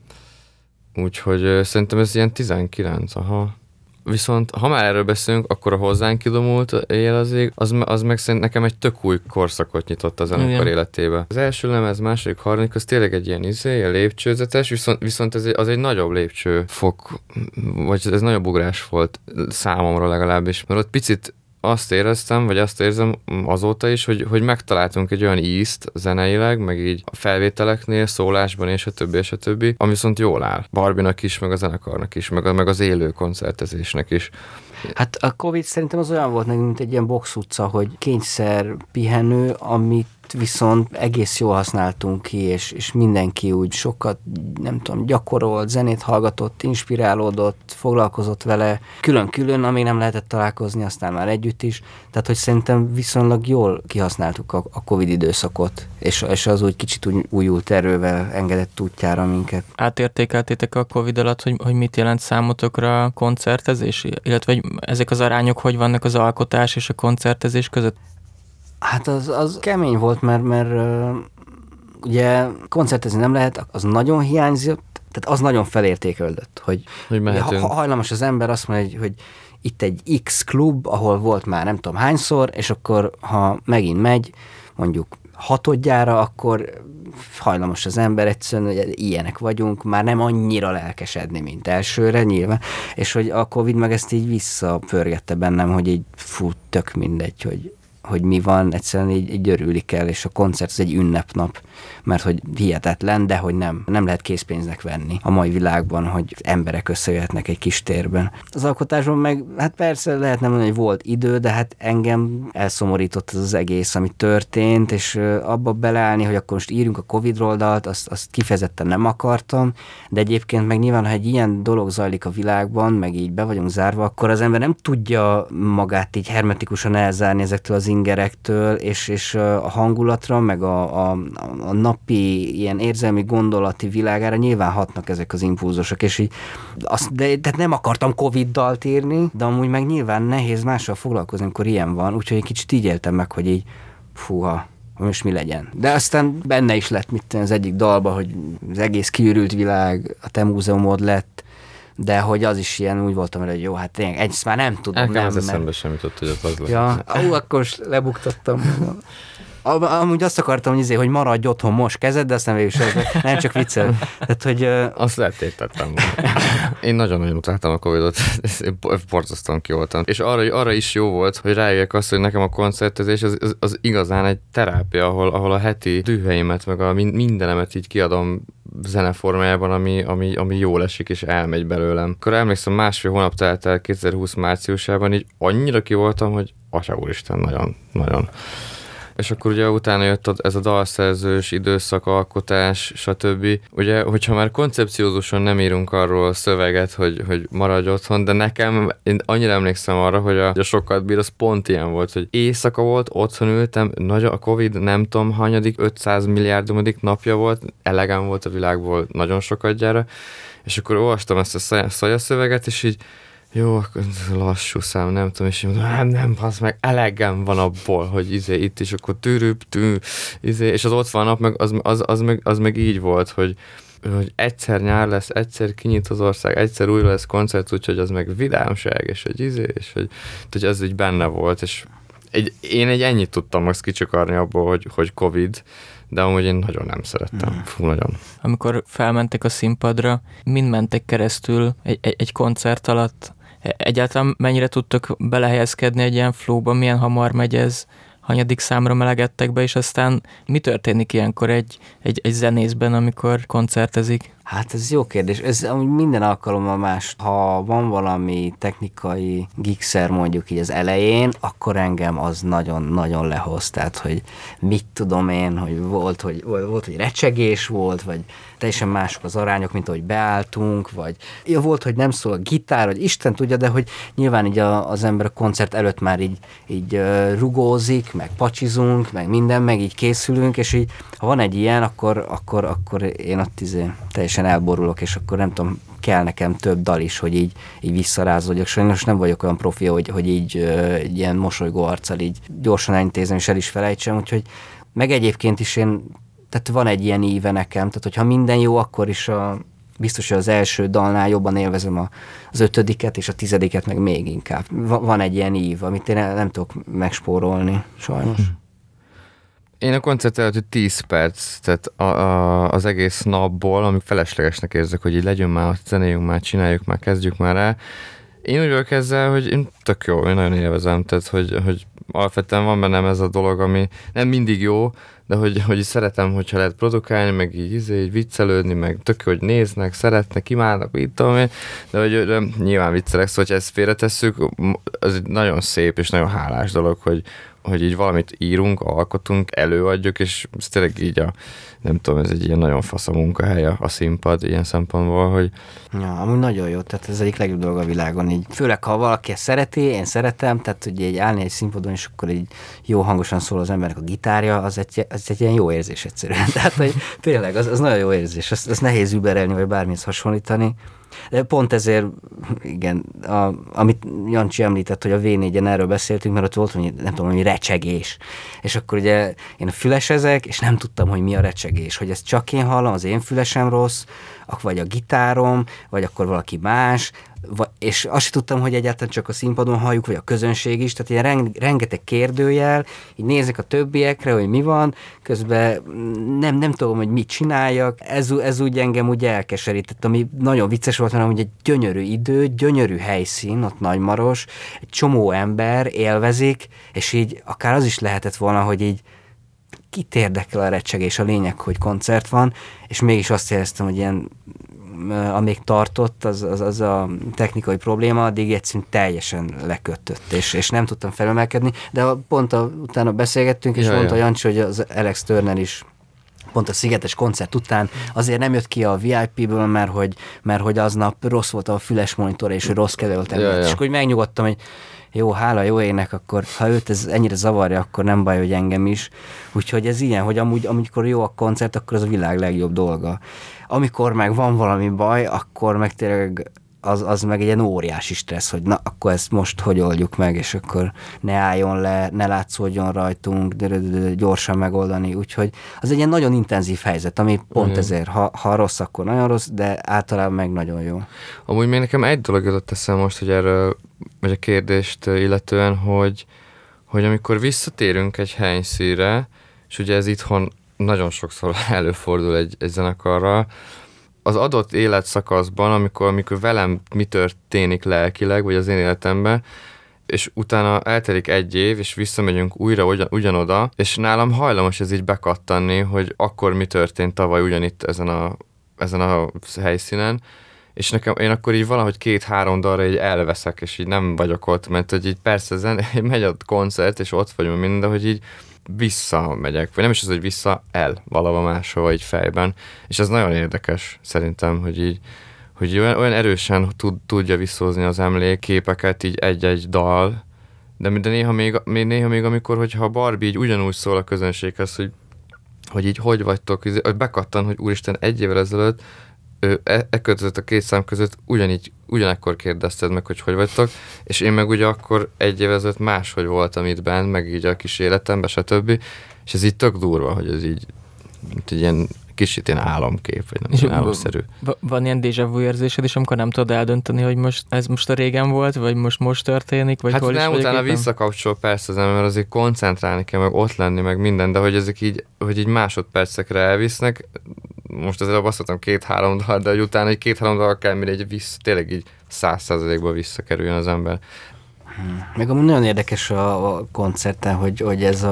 Úgyhogy szerintem ez ilyen 19, aha. Viszont, ha már erről beszélünk, akkor a hozzánk kidomult él az ég, az meg szerint nekem egy tök új korszakot nyitott a zenekar életébe. Az első lemez, második, harmadik, az tényleg egy ilyen ilyen lépcsőzetes, viszont az egy nagyobb lépcsőfok, vagy ez nagyobb ugrás volt számomra legalábbis, mert ott picit azt éreztem, vagy azt érzem azóta is, hogy megtaláltunk egy olyan ízt zeneileg, meg így a felvételeknél, szólásban, és a többi, ami viszont jól áll. Barbinak is, meg a zenekarnak is, meg az élő koncertezésnek is. Hát a Covid szerintem az olyan volt nekünk, mint egy ilyen box utca, hogy kényszer pihenő, amit viszont egész jól használtunk ki, és mindenki úgy sokat, nem tudom, gyakorolt, zenét hallgatott, inspirálódott, foglalkozott vele, külön-külön, amíg nem lehetett találkozni, aztán már együtt is. Tehát, hogy szerintem viszonylag jól kihasználtuk a Covid időszakot, és az úgy kicsit úgy újult erővel engedett útjára minket. Átértékeltétek a Covid alatt, hogy mit jelent számotokra a koncertezés, illetve hogy ezek az arányok hogy vannak az alkotás és a koncertezés között? Hát az kemény volt, mert ugye koncertezni nem lehet, az nagyon hiányzott, tehát az nagyon felértékelődött, hogy hajlamos az ember azt mondja, hogy itt egy X klub, ahol volt már nem tudom hányszor, és akkor ha megint megy, mondjuk 6-odjára, akkor hajlamos az ember egyszerűen, hogy ilyenek vagyunk, már nem annyira lelkesedni, mint elsőre nyilván, és hogy a Covid meg ezt így visszapörgette bennem, hogy így tök mindegy, hogy hogy mi van, egyszerűen így örülni kell, és a koncert az egy ünnepnap, mert hogy hihetetlen, de hogy nem lehet készpénznek venni a mai világban, hogy emberek összejöhetnek egy kis térben. Az alkotásban meg, hát persze lehetne mondani, hogy volt idő, de hát engem elszomorított az egész, ami történt, és abba beleállni, hogy akkor most írjunk a Covid-ról dalt, azt kifejezetten nem akartam, de egyébként meg nyilván, ha egy ilyen dolog zajlik a világban, meg így be vagyunk zárva, akkor az ember nem tudja magát így hermetikusan elzárni ezektől az ingerektől, és a hangulatra, meg a napi ilyen érzelmi gondolati világára nyilván hatnak ezek az impulzusok, és így tehát nem akartam Covid-dalt írni, de amúgy meg nyilván nehéz mással foglalkozni, amikor ilyen van, úgyhogy egy kicsit így éltem meg, hogy így fúha, most mi legyen. De aztán benne is lett az egyik dalba, hogy az egész kiürült világ, a te múzeumod lett, de hogy az is ilyen, úgy voltam, hogy jó, hát tényleg, ezt már nem tudom. Nekem az eszembe sem jutott, hogy az lett. Ja, akkor is lebuktattam. Amúgy azt akartam, hogy maradj otthon, most kezded, de aztán végül nem csak viccel. Tehát, hogy... Azt lettétettem. Én nagyon-nagyon utáltam a Covid-ot, borzasztóan ki voltam. És arra is jó volt, hogy rájöjjek azt, hogy nekem a koncertezés az igazán egy terápia, ahol a heti düheimet, meg a mindenemet így kiadom zeneformájában, ami jól esik, és elmegy belőlem. Akkor emlékszem, 1,5 hónap telt el 2020 márciusában, így annyira ki voltam, hogy Atya úristen, nagyon. És akkor ugye utána jött ez a dalszerzős időszak, alkotás, stb. Ugye, hogyha már koncepciózusan nem írunk arról szöveget, hogy maradj otthon, de nekem, én annyira emlékszem arra, hogy a sokat bír, az pont ilyen volt, hogy éjszaka volt, otthon ültem, a Covid nem tudom hanyadik, 500 milliárdomodik napja volt, elegem volt a világból nagyon sokadjára, és akkor olvastam ezt a szajaszöveget, és így jó, akkor lassú szám, nem tudom, és így mondom, nem, az meg elegem van abból, hogy itt is, akkor és az ott van nap, meg az meg így volt, hogy egyszer nyár lesz, egyszer kinyit az ország, egyszer újra lesz koncert, úgyhogy az meg vidámság, és hogy ez így benne volt, és én ennyit tudtam most kicsakarni abból, hogy Covid, de amúgy én nagyon nem szerettem. Fú, nagyon. Amikor felmentek a színpadra, mind mentek keresztül egy koncert alatt? Egyáltalán mennyire tudtok belehelyezkedni egy ilyen flowba, milyen hamar megy ez, hanyadik számra melegedtek be, és aztán mi történik ilyenkor egy zenészben, amikor koncertezik? Hát ez jó kérdés. Ez amúgy minden alkalommal más. Ha van valami technikai gigszer mondjuk így az elején, akkor engem az nagyon-nagyon lehoz. Tehát, hogy mit tudom én, hogy volt, hogy recsegés volt, vagy teljesen mások az arányok, mint ahogy beálltunk, vagy volt, hogy nem szól a gitár, vagy Isten tudja, de hogy nyilván így az ember a koncert előtt már így rugózik, meg pacsizunk, meg minden, meg így készülünk, és így, ha van egy ilyen, akkor én ott teljesen elborulok, és akkor nem tudom, kell nekem több dal is, hogy így visszarázódjak. Sajnos nem vagyok olyan profi, hogy így ilyen mosolygó arccal így gyorsan elintézem, és el is felejtsem, úgyhogy meg egyébként is tehát van egy ilyen íve nekem, tehát hogyha minden jó, akkor is biztos, hogy az első dalnál jobban élvezem az 5. és a 10. meg még inkább. Van egy ilyen ív, amit én nem tudok megspórolni, sajnos. Én a koncert előtt 10 perc, tehát az egész napból, amíg feleslegesnek érzek, hogy így legyünk már, zenéljünk már, csináljuk már, kezdjük már el. Én úgy vagyok ezzel, hogy én tök jó, én nagyon élvezem, tehát hogy alapvetően van bennem ez a dolog, ami nem mindig jó, de hogy szeretem, hogyha lehet produkálni, meg így viccelődni, meg tök jó, hogy néznek, szeretnek, imádnak, mit tudom én, de hogy nyilván viccelek, szóval, hogy ezt félretesszük, az egy nagyon szép és nagyon hálás dolog, hogy így valamit írunk, alkotunk, előadjuk, és ez tényleg így nem tudom, ez egy ilyen nagyon fasz a munkahely a színpad ilyen szempontból, hogy... Ja, amúgy nagyon jó, tehát ez egyik legjobb dolog a világon, így. Főleg, ha valaki ezt szereti, én szeretem, tehát hogy így állni egy színpadon, és akkor így jó hangosan szól az embernek a gitárja, az egy ilyen jó érzés egyszerűen. Tehát, hogy tényleg, az nagyon jó érzés, azt nehéz überelni, vagy bármihez hasonlítani. De pont ezért, igen, amit Jancsi említett, hogy a V4-en erről beszéltünk, mert ott volt, hogy nem tudom, hogy recsegés. És akkor ugye én fülesezek, és nem tudtam, hogy mi a recsegés, hogy ezt csak én hallom, az én fülesem rossz, vagy a gitárom, vagy akkor valaki más, és azt sem tudtam, hogy egyáltalán csak a színpadon halljuk, vagy a közönség is, tehát ilyen rengeteg kérdőjel, így nézek a többiekre, hogy mi van, közben nem tudom, hogy mit csináljak, ez úgy engem úgy elkeserített, ami nagyon vicces volt, mert egy gyönyörű idő, gyönyörű helyszín, ott Nagymaros, egy csomó ember élvezik, és így akár az is lehetett volna, hogy így kit érdekel a recsegés, a lényeg, hogy koncert van, és mégis azt éreztem, hogy ilyen amíg tartott, az a technikai probléma, addig egyszerűen teljesen lekötött, és nem tudtam felemelkedni, de pont utána beszélgettünk, és mondta Jancsi, hogy az Alex Turner is pont a Szigetes koncert után azért nem jött ki a VIP-ből, mert hogy aznap rossz volt a füles monitor, és hogy rossz kedvelt emelt. És akkor megnyugodtam, hogy jó, hála jó ének, akkor ha őt ez ennyire zavarja, akkor nem baj, hogy engem is. Úgyhogy ez ilyen, hogy amikor jó a koncert, akkor az a világ legjobb dolga. Amikor meg van valami baj, akkor meg tényleg az meg egy ilyen óriási stressz, hogy na, akkor ezt most hogy oldjuk meg, és akkor ne álljon le, ne látszódjon rajtunk, gyorsan megoldani. Úgyhogy az egy ilyen nagyon intenzív helyzet, ami pont ezért, ha rossz, akkor nagyon rossz, de általában meg nagyon jó. Amúgy még nekem egy dolog jutott eszem most, hogy erről, vagy a kérdést illetően, hogy amikor visszatérünk egy helyszínre, és ugye ez itthon nagyon sokszor előfordul egy zenekarral, az adott életszakaszban, amikor velem mi történik lelkileg, vagy az én életemben, és utána eltelik egy év, és visszamegyünk újra ugyanoda, és nálam hajlamos ez így bekattanni, hogy akkor mi történt tavaly ugyanitt ezen a helyszínen, és én akkor így valahogy 2-3 dalra így elveszek, és így nem vagyok ott, mert hogy így persze megy a koncert, és ott vagyunk minden, de hogy így visszamegyek, vagy nem is az, hogy el valahol máshol így fejben, és ez nagyon érdekes szerintem, hogy olyan erősen tudja visszahozni az emlékképeket így egy-egy dal, de néha még amikor, hogyha a Barbie így ugyanúgy szól a közönséghez, hogy így hogy vagytok, hogy bekattan, hogy úristen, egy évvel ezelőtt között a két szám között ugyanekkor kérdezted meg, hogy vagytok, és én meg ugye akkor egy évvel ezelőtt máshogy voltam itt bent, meg így a kis életemben, stb. És ez így tök durva, hogy ez így ilyen kicsit ilyen álomkép, vagy nem álomszerű. Van ilyen déjà vu érzésed is, amikor nem tudod eldönteni, hogy ez most a régen volt, vagy most történik, vagy hol is nem, vagyok utána éppen? Visszakapcsol persze az ember, mert azért koncentrálni kell, meg ott lenni, meg minden, de hogy ezek így másodpercekre elvisznek. Most azért azt mondtam 2-3 dal, de hogy utána egy 2-3 dal kell, mire tényleg így 100%-ban visszakerüljön az ember. Meg amúgy nagyon érdekes a koncerten, hogy ez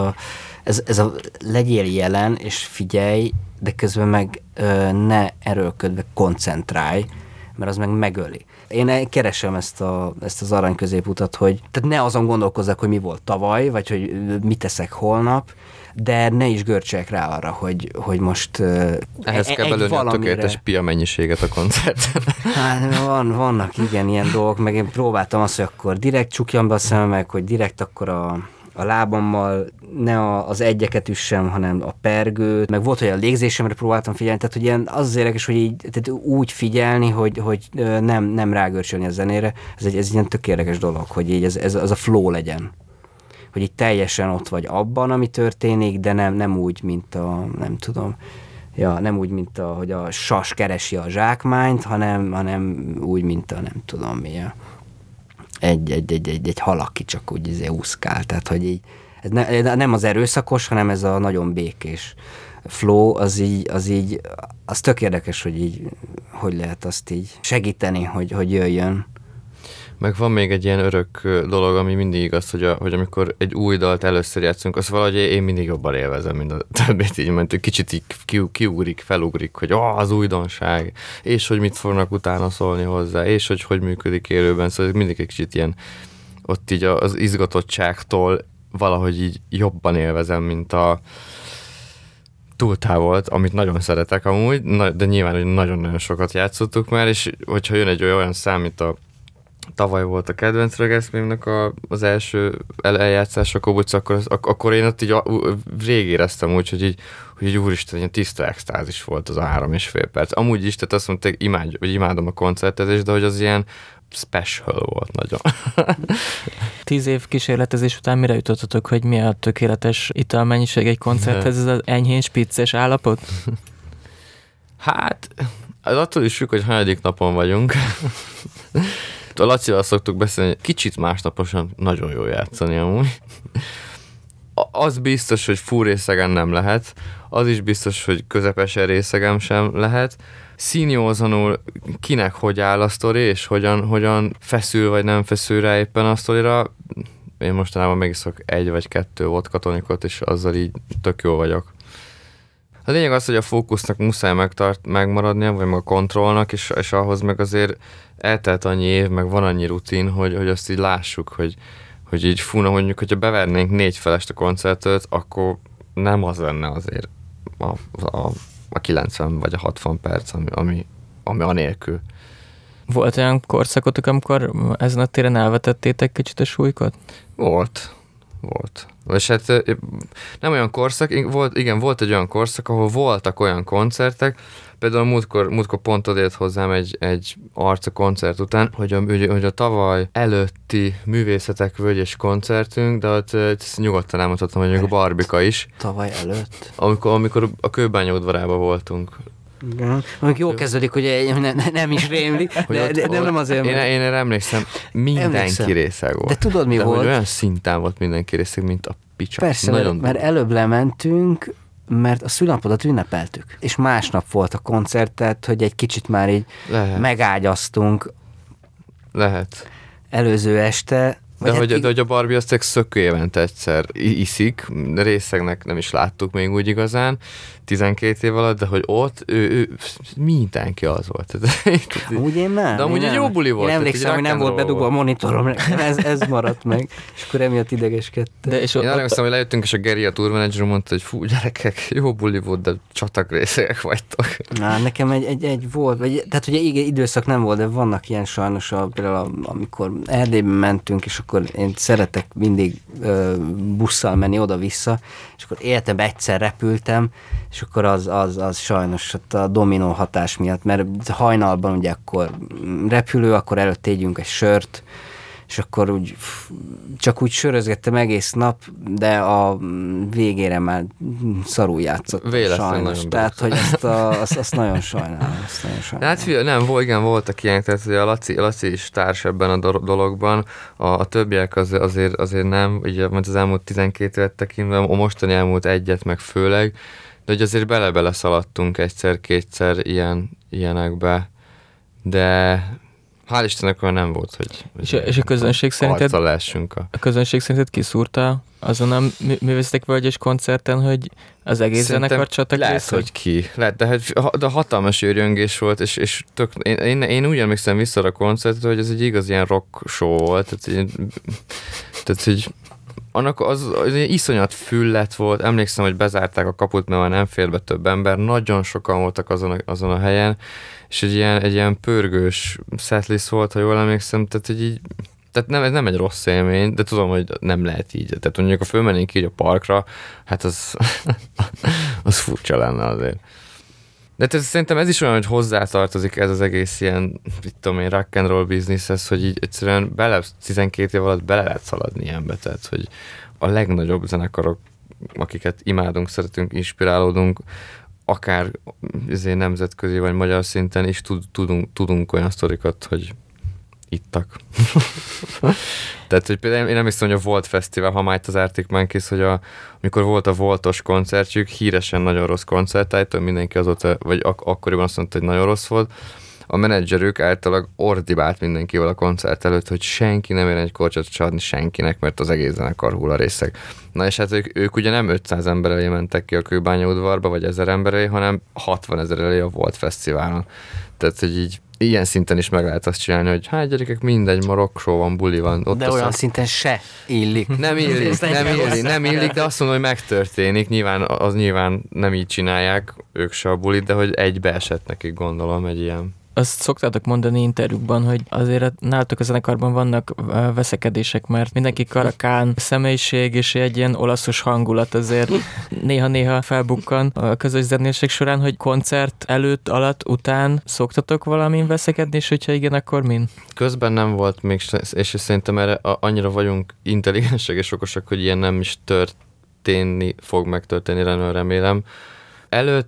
a legyél jelen, és figyelj, de közben meg ne erőlködve koncentrálj, mert az meg megöli. Én keresem ezt az arany középutat, hogy tehát ne azon gondolkozzak, hogy mi volt tavaly, vagy hogy mit teszek holnap, de ne is görcsek rá arra, hogy most ehhez kell belőni a tökéletes pia mennyiséget a koncerten. Hát vannak igen ilyen dolgok, meg én próbáltam azt, hogy akkor direkt csukjam be a szemem, meg hogy direkt akkor a lábammal ne az egyeket üssem, hanem a pergőt, meg volt, hogy a légzésemre próbáltam figyelni, tehát hogy ilyen az érdekes, hogy így, tehát úgy figyelni, hogy nem rágörcsölni a zenére, ez egy ilyen tök érdekes dolog, hogy így ez a flow legyen. Hogy így teljesen ott vagy abban, ami történik, de nem úgy, mint nem tudom, nem úgy, mint hogy a sas keresi a zsákmányt, hanem úgy, mint nem tudom mi egy hal, aki csak úgy úszkál. Tehát, hogy így, ez nem az erőszakos, hanem ez a nagyon békés flow, az tök érdekes, hogy így, hogy lehet azt így segíteni, hogy jöjjön. Meg van még egy ilyen örök dolog, ami mindig igaz, hogy amikor egy új dalt először játszunk, azt valahogy én mindig jobban élvezem, mint a többét így, mert kicsit így felugrik, hogy az újdonság, és hogy mit fognak utána szólni hozzá, és hogy működik élőben, szóval mindig egy kicsit ilyen, ott így az izgatottságtól valahogy így jobban élvezem, mint a túltávolt, amit nagyon szeretek amúgy, de nyilván, hogy nagyon-nagyon sokat játszottuk már, és hogyha jön egy olyan szám, mint tavaly volt a kedvenc Regeszmémnek az első eljátszás a Kobuc, akkor én ott így rég éreztem úgy, hogy így úristen, ilyen tiszta extázis volt az a 3,5 perc. Amúgy is, tehát azt mondták, imádom a koncertezést, de hogy az ilyen special volt nagyon. 10 év kísérletezés után mire jutottatok, hogy mi a tökéletes italmennyiség egy koncerthez, ez az enyhén spicces állapot? Hát, az attól is függ, hogy hanyadik napon vagyunk. A Lacival szoktuk beszélni, hogy kicsit másnaposan nagyon jó játszani amúgy. Az biztos, hogy full részegen nem lehet, az is biztos, hogy közepesen részegem sem lehet. Színiózanul kinek hogy áll a sztori, és hogyan feszül vagy nem feszül rá éppen a sztorira. Én mostanában megiszok 1 vagy 2 vodka tonikot, és azzal így tök jó vagyok. A lényeg az, hogy a fókusznak muszáj megmaradnia, vagy a kontrollnak, és ahhoz meg azért eltelt annyi év, meg van annyi rutin, hogy azt így lássuk, hogy így fúna, mondjuk, hogyha bevernénk 4 felest a koncertet, akkor nem az lenne azért a 90 vagy a 60 perc, ami anélkül. Volt olyan korszakotok, amikor ezen a téren elvetettétek kicsit a súlykot? Volt. És hát nem olyan korszak, volt egy olyan korszak, ahol voltak olyan koncertek, például múltkor pont odért hozzám egy arca koncert után, hogy a tavaly előtti Művészetek Völgyes koncertünk, de ott nyugodtan elmondhatom, hogy még a Barbika is. Tavaly előtt? Amikor a Kőbánya udvarában voltunk. Igen. Jó kezdődik, hogy nem is rémlik, de nem azért. Én erre emlékszem, mindenki részeg volt. De tudod mi de volt? Hogy olyan szinten volt mindenki részeg, mint a picsa. Persze, mert előbb lementünk, mert a szülinapodat ünnepeltük. És másnap volt a koncert, tehát hogy egy kicsit már így megágyaztunk. Lehet. Előző este. De hogy a Barbie azt szökő évente egyszer iszik, részegnek nem is láttuk még úgy igazán, 12 év alatt, de hogy ott ő mindenki az volt. Úgy én nem. De amúgy egy jó buli volt. Én emlékszem, hogy nem volt bedugva a monitorom, ez maradt meg, és akkor emiatt idegeskedtem. Én emlékszem, hogy lejöttünk, és a Geri, a tourmanager mondta, hogy fú, gyerekek, jó buli volt, de csatak részegek vagytok. Nekem egy volt, tehát ugye időszak nem volt, de vannak ilyen sajnos, például amikor Erdélyben mentünk, és akkor én szeretek mindig busszal menni oda-vissza, és akkor életemben egyszer repültem, és akkor az sajnos a dominó hatás miatt, mert hajnalban ugye akkor repülő, akkor előtt égyünk egy sört, és akkor csak úgy sörözgettem egész nap, de a végére már szarul játszott. Sajnos. Tehát, hogy azt nagyon sajnálom. Hát nem, voltak ilyenek, tehát hogy a Laci is társ ebben a dologban, a többiek azért nem, ugye az elmúlt 12 évet tekintve, a mostani elmúlt egyet meg főleg, de hogy azért bele-bele szaladtunk egyszer-kétszer ilyenekbe, de hál' Istennek olyan nem volt, hogy és a közönség szerinted a közönség szerinted kiszúrta azon a Művészetek Völgyes koncerten, hogy az egész zenekar csatak lehet, hogy de hatalmas őrjöngés volt, és én úgy emlékszem vissza a koncertet, hogy ez egy igaz ilyen rock show volt, tehát hogy annak az iszonyat füllet volt, emlékszem, hogy bezárták a kaput, mert már nem fér be több ember, nagyon sokan voltak azon a helyen, és egy ilyen pörgős setlist volt, ha jól emlékszem, tehát ez nem egy rossz élmény, de tudom, hogy nem lehet így. Tehát mondjuk, ha fölmennénk így a parkra, hát az furcsa lenne azért. De szerintem ez is olyan, hogy hozzátartozik ez az egész ilyen, rock and roll businesshez, hogy így egyszerűen 12 év alatt bele lehet szaladni ilyenbe, tehát hogy a legnagyobb zenekarok, akiket imádunk, szeretünk, inspirálódunk, akár nemzetközi vagy magyar szinten is tudunk olyan sztorikat, hogy ittak. Tehát, hogy például én nem hiszem, hogy a Volt Fesztivál, ha már itt az Arctic Monkeys, hogy amikor volt a Voltos koncertjük, híresen nagyon rossz koncertájtól, mindenki azóta, vagy akkoriban azt mondta, hogy nagyon rossz volt, a menedzserük általában ordibált mindenkivel a koncert előtt, hogy senki nem ér egy korcsotot adni senkinek, mert az egész zenekar hull a részeg. Na és hát ők ugye nem 500 ember elé mentek ki a Kőbánya udvarba, vagy 1000 ember elé, hanem 60 000 elé a Volt Fesztiválon. Tehát, hogy így ilyen szinten is meg lehet azt csinálni, hogy hát gyerekek, mindegy, ma rock show van, buli van. Ott de olyan szinten se illik. Nem illik, de azt mondom, hogy megtörténik. Nyilván nem így csinálják ők se a bulit, de hogy egybe esett nekik, gondolom, egy ilyen. Azt szoktátok mondani interjúkban, hogy azért nálatok a zenekarban vannak veszekedések, mert mindenki karakán személyiség, és egy ilyen olaszos hangulat azért néha-néha felbukkan a közös zenések során, hogy koncert előtt, alatt, után szoktatok valamin veszekedni, és hogyha igen, akkor min? Közben nem volt még, és szerintem erre annyira vagyunk intelligensek és okosak, hogy ilyen nem is fog megtörténni, remélem. Előtt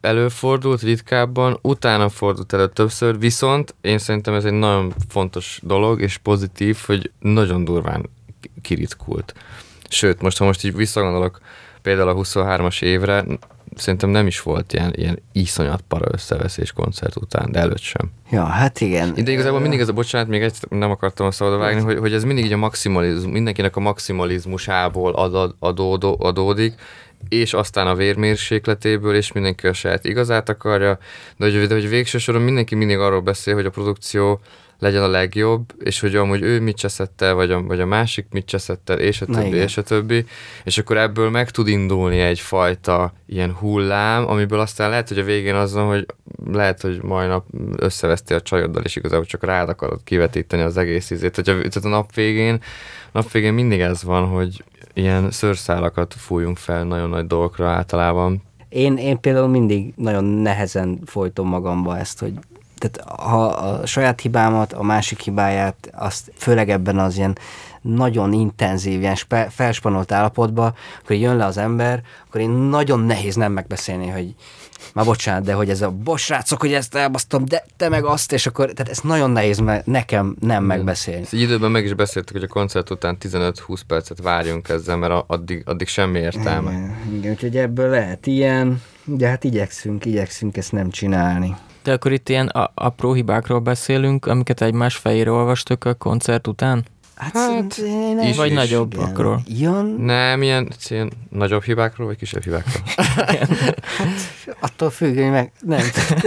előfordult ritkábban, utána fordult elő többször, viszont én szerintem ez egy nagyon fontos dolog, és pozitív, hogy nagyon durván kiritkult. Sőt, ha most így visszagondolok például a 23-as évre, szerintem nem is volt ilyen iszonyat para összeveszés koncert után, de előtt sem. Ja, hát igen. De igazából mindig ez a bocsánat, még egy nem akartam a szabadba vágni, hogy ez mindig így a maximalizmus, mindenkinek a maximalizmusából adódik, és aztán a vérmérsékletéből, és mindenki a saját igazát akarja, de hogy végső soron mindenki mindig arról beszél, hogy a produkció legyen a legjobb, és hogy amúgy ő mit cseszett el, vagy a másik mit cseszett el, és a többi, és akkor ebből meg tud indulni egyfajta ilyen hullám, amiből aztán lehet, hogy a végén az van, hogy lehet, hogy majdnap összevesztél a csajoddal, és igazából csak rád akarod kivetíteni az egész izét. Tehát a nap végén mindig ez van, hogy ilyen szőrszálakat fújunk fel nagyon nagy dolgokra általában. Én például mindig nagyon nehezen folytom magamba ezt, hogy tehát ha a saját hibámat, a másik hibáját, azt főleg ebben az ilyen nagyon intenzív, ilyen felspanolt állapotban, akkor jön le az ember, akkor én nagyon nehéz nem megbeszélni, hogy már bocsánat, de hogy ez a bosrácok, hogy ezt elbasztom, de te meg azt, és akkor, tehát ez nagyon nehéz nekem nem megbeszélni. Ezt időben meg is beszéltük, hogy a koncert után 15-20 percet várjunk ezzel, mert addig semmi értelme. Igen, úgyhogy ebből lehet ilyen, de hát igyekszünk ezt nem csinálni. De akkor itt ilyen apró hibákról beszélünk, amiket egymás fejére olvastok a koncert után? Hát vagy nagyobbakról? Nem, ilyen nagyobb hibákról, vagy kisebb hibákról? Hát attól függ, hogy meg nem.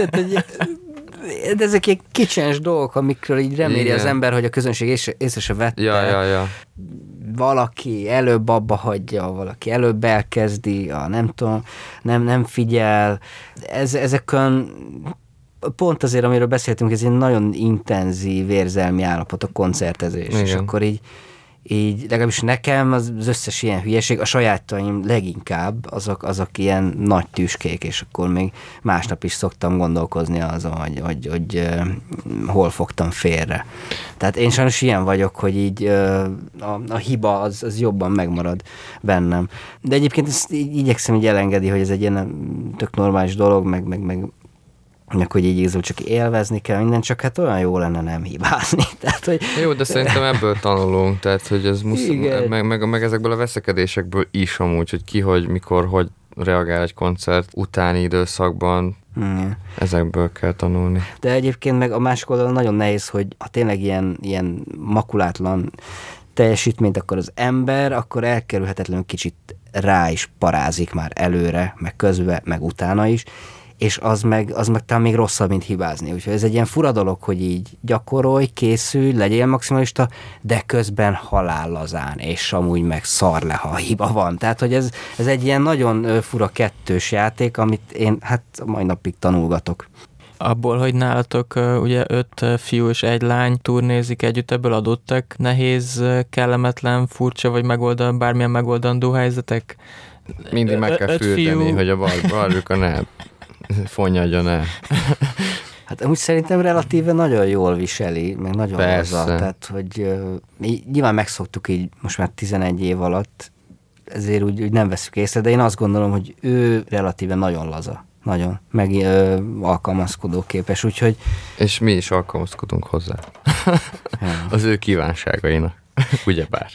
De ezek ilyen kicsens dolgok, amikről így reméli az ember, hogy a közönség észre se vette. Ja. Valaki előbb abba hagyja, valaki előbb elkezdi, nem tudom, nem figyel. Ezekön pont azért, amiről beszéltünk, ez egy nagyon intenzív érzelmi állapot a koncertezés. Igen. És akkor így legalábbis nekem az összes ilyen hülyeség, a sajátaim leginkább, azok ilyen nagy tüskék, és akkor még másnap is szoktam gondolkozni azon, hogy hol fogtam félre. Tehát én sajnos ilyen vagyok, hogy így a hiba az jobban megmarad bennem. De egyébként ezt így igyekszem így elengedi, hogy ez egy ilyen tök normális dolog, meg hogy így igazából csak élvezni kell minden, csak hát olyan jó lenne nem hibázni. Tehát, hogy... Jó, de szerintem ebből tanulunk, tehát hogy ez meg ezekből a veszekedésekből is amúgy, hogy ki, hogy mikor, hogy reagál egy koncert utáni időszakban, ezekből kell tanulni. De egyébként meg a másik oldalon nagyon nehéz, hogy ha tényleg ilyen makulátlan teljesítményt akar az ember, akkor elkerülhetetlenül kicsit rá is parázik már előre, meg közben, meg utána is, és az meg talán még rosszabb, mint hibázni. Úgyhogy ez egy ilyen fura dolog, hogy így gyakorolj, készülj, legyél maximalista, de közben halállazán, és amúgy meg szar le, ha hiba van. Tehát, hogy ez egy ilyen nagyon fura kettős játék, amit én hát mai napig tanulgatok. Abból, hogy nálatok ugye 5 fiú és 1 lány turnézik együtt, ebből adottak nehéz, kellemetlen, furcsa, vagy bármilyen megoldandó helyzetek? Mindig meg kell fürdeni, hogy a barjuka ne fonnyadjon el. Hát amúgy szerintem relatíve nagyon jól viseli, meg nagyon laza. Tehát, hogy nyilván megszoktuk így most már 11 év alatt, ezért úgy nem veszük észre, de én azt gondolom, hogy ő relatíve nagyon laza. Nagyon. Meg alkalmazkodó képes, úgyhogy... És mi is alkalmazkodunk hozzá. Az ő kívánságainak. Ugyebár.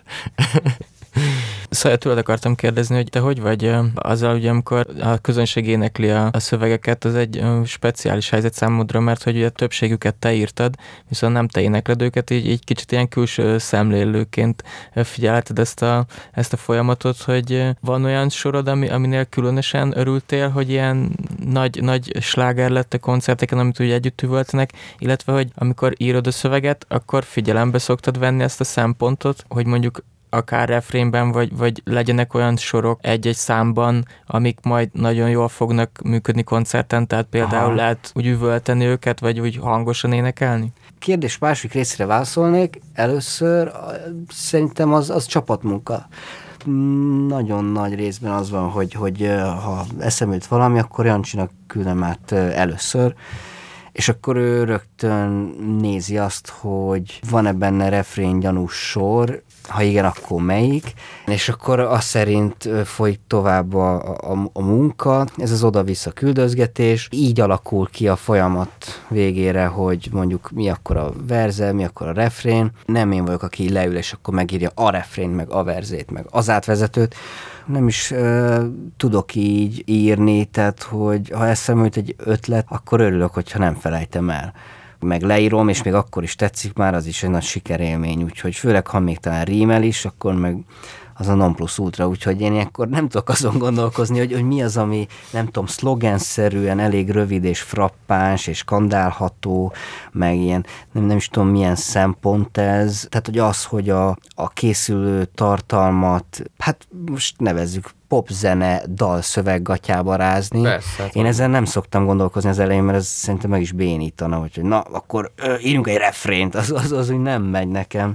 Szóval tőled akartam kérdezni, hogy te hogy vagy azzal, ugye, amikor a közönség énekli a szövegeket, az egy speciális helyzet számodra, mert hogy ugye többségüket te írtad, viszont nem te énekled őket, így kicsit ilyen külső szemlélőként figyelheted ezt a folyamatot, hogy van olyan sorod, aminél különösen örültél, hogy ilyen nagy sláger lett a koncerteken, amit ugye együtt üvöltenek, illetve hogy amikor írod a szöveget, akkor figyelembe szoktad venni ezt a szempontot, hogy mondjuk akár refrénben, vagy legyenek olyan sorok egy-egy számban, amik majd nagyon jól fognak működni koncerten, tehát például lehet úgy üvölteni őket, vagy úgy hangosan énekelni? Kérdés második részére válaszolnék. Először szerintem az csapatmunka. Nagyon nagy részben az van, hogy ha eszembe jut valami, akkor Jancsinak küldem át először, és akkor ő rögtön nézi azt, hogy van-e benne refrén gyanús sor, ha igen, akkor melyik, és akkor azt szerint folyik tovább a munka, ez az oda-vissza küldözgetés, így alakul ki a folyamat végére, hogy mondjuk mi akkor a verze, mi akkor a refrén. Nem én vagyok, aki leül, és akkor megírja a refrént, meg a verzét, meg az átvezetőt. Nem is tudok így írni, tehát hogy ha eszembe jut egy ötlet, akkor örülök, hogyha nem felejtem el. Meg leírom, és még akkor is tetszik már, az is egy nagy sikerélmény, úgyhogy főleg, ha még talán rímel is, akkor meg az a non plus ultra, úgyhogy én ilyenkor nem tudok azon gondolkozni, hogy mi az, ami nem tudom, szlogenszerűen elég rövid és frappáns és skandálható, meg ilyen, nem is tudom milyen szempont ez, tehát hogy az, hogy a készülő tartalmat, hát most nevezzük popzene, dalszöveggatyába rázni. Persze, én ezen nem szoktam gondolkozni az elején, mert ez szerintem meg is bénítana, hogy na, akkor írjunk egy refrént, az úgy nem megy nekem.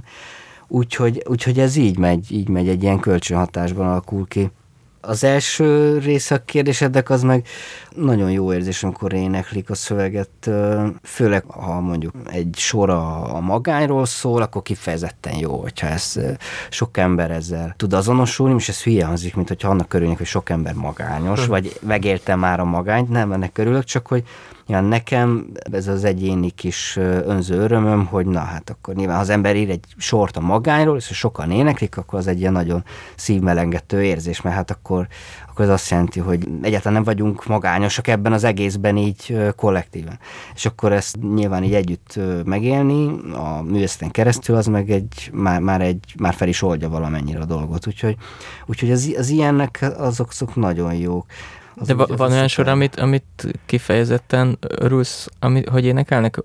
Úgyhogy ez így megy, egy ilyen kölcsönhatásban alakul ki. Az első része a kérdésednek az meg nagyon jó érzés, amikor éneklik a szöveget, főleg ha mondjuk egy sor a magányról szól, akkor kifejezetten jó, hogyha ez sok ember ezzel tud azonosulni, és ez hülye hangzik, mint hogyha annak örülnék, hogy sok ember magányos, vagy megélte már a magányt, nem ennek örülök, csak hogy ja, nekem ez az egyéni kis önző örömöm, hogy na hát akkor nyilván, ha az ember ír egy sort a magányról, és sokan éneklik, akkor az egy ilyen nagyon szívmelengető érzés, mert hát akkor ez azt jelenti, hogy egyáltalán nem vagyunk magányosak ebben az egészben így kollektíven. És akkor ezt nyilván így együtt megélni a művészeten keresztül, az meg már fel is oldja valamennyire a dolgot. Úgyhogy az ilyennek azok nagyon jók. De van olyan sor, amit kifejezetten örülsz, hogy énekelnek?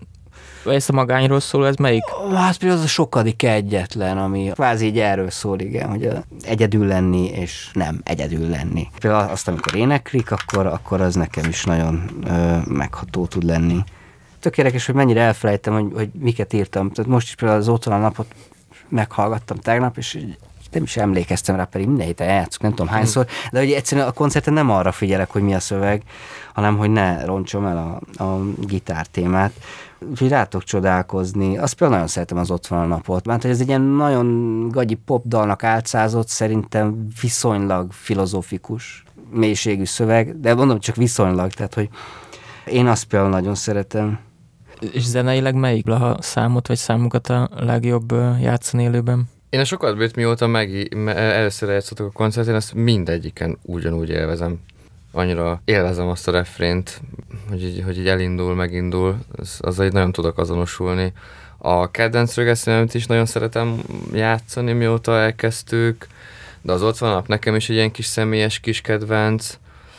Ez a magányról szól, ez melyik? Hát például az a sokadik egyetlen, ami kvázi így erről szól, igen, hogy egyedül lenni, és nem egyedül lenni. Például azt, amikor éneklik, akkor az nekem is nagyon megható tud lenni. Tök érdekes, hogy mennyire elfelejtem, hogy miket írtam. Tehát most is például az Otthon a napot meghallgattam tegnap, és nem is emlékeztem rá, pedig minden héten játszok, nem tudom hányszor, de hogy egyszerűen a koncerten nem arra figyelek, hogy mi a szöveg, hanem hogy ne roncsom el a gitár témát. Úgyhogy rátok csodálkozni. Azt például nagyon szeretem az Ott van a napot, mert hogy ez egy ilyen nagyon gagyi popdalnak álcázott, szerintem viszonylag filozófikus mélységű szöveg, de mondom csak viszonylag, tehát hogy én azt például nagyon szeretem. És zeneileg melyik Blaha számot vagy számokat a legjobb játszani élőben? Én a sokat bőt, mióta először eljátszottak a koncerten, ezt mindegyiken ugyanúgy élvezem. Annyira élvezem azt a refrént, hogy így elindul, megindul, azzal így nagyon tudok azonosulni. A kedvenc rögesztőmet is nagyon szeretem játszani, mióta elkezdtük, de az Ott van a nap nekem is egy ilyen kis személyes kis kedvenc.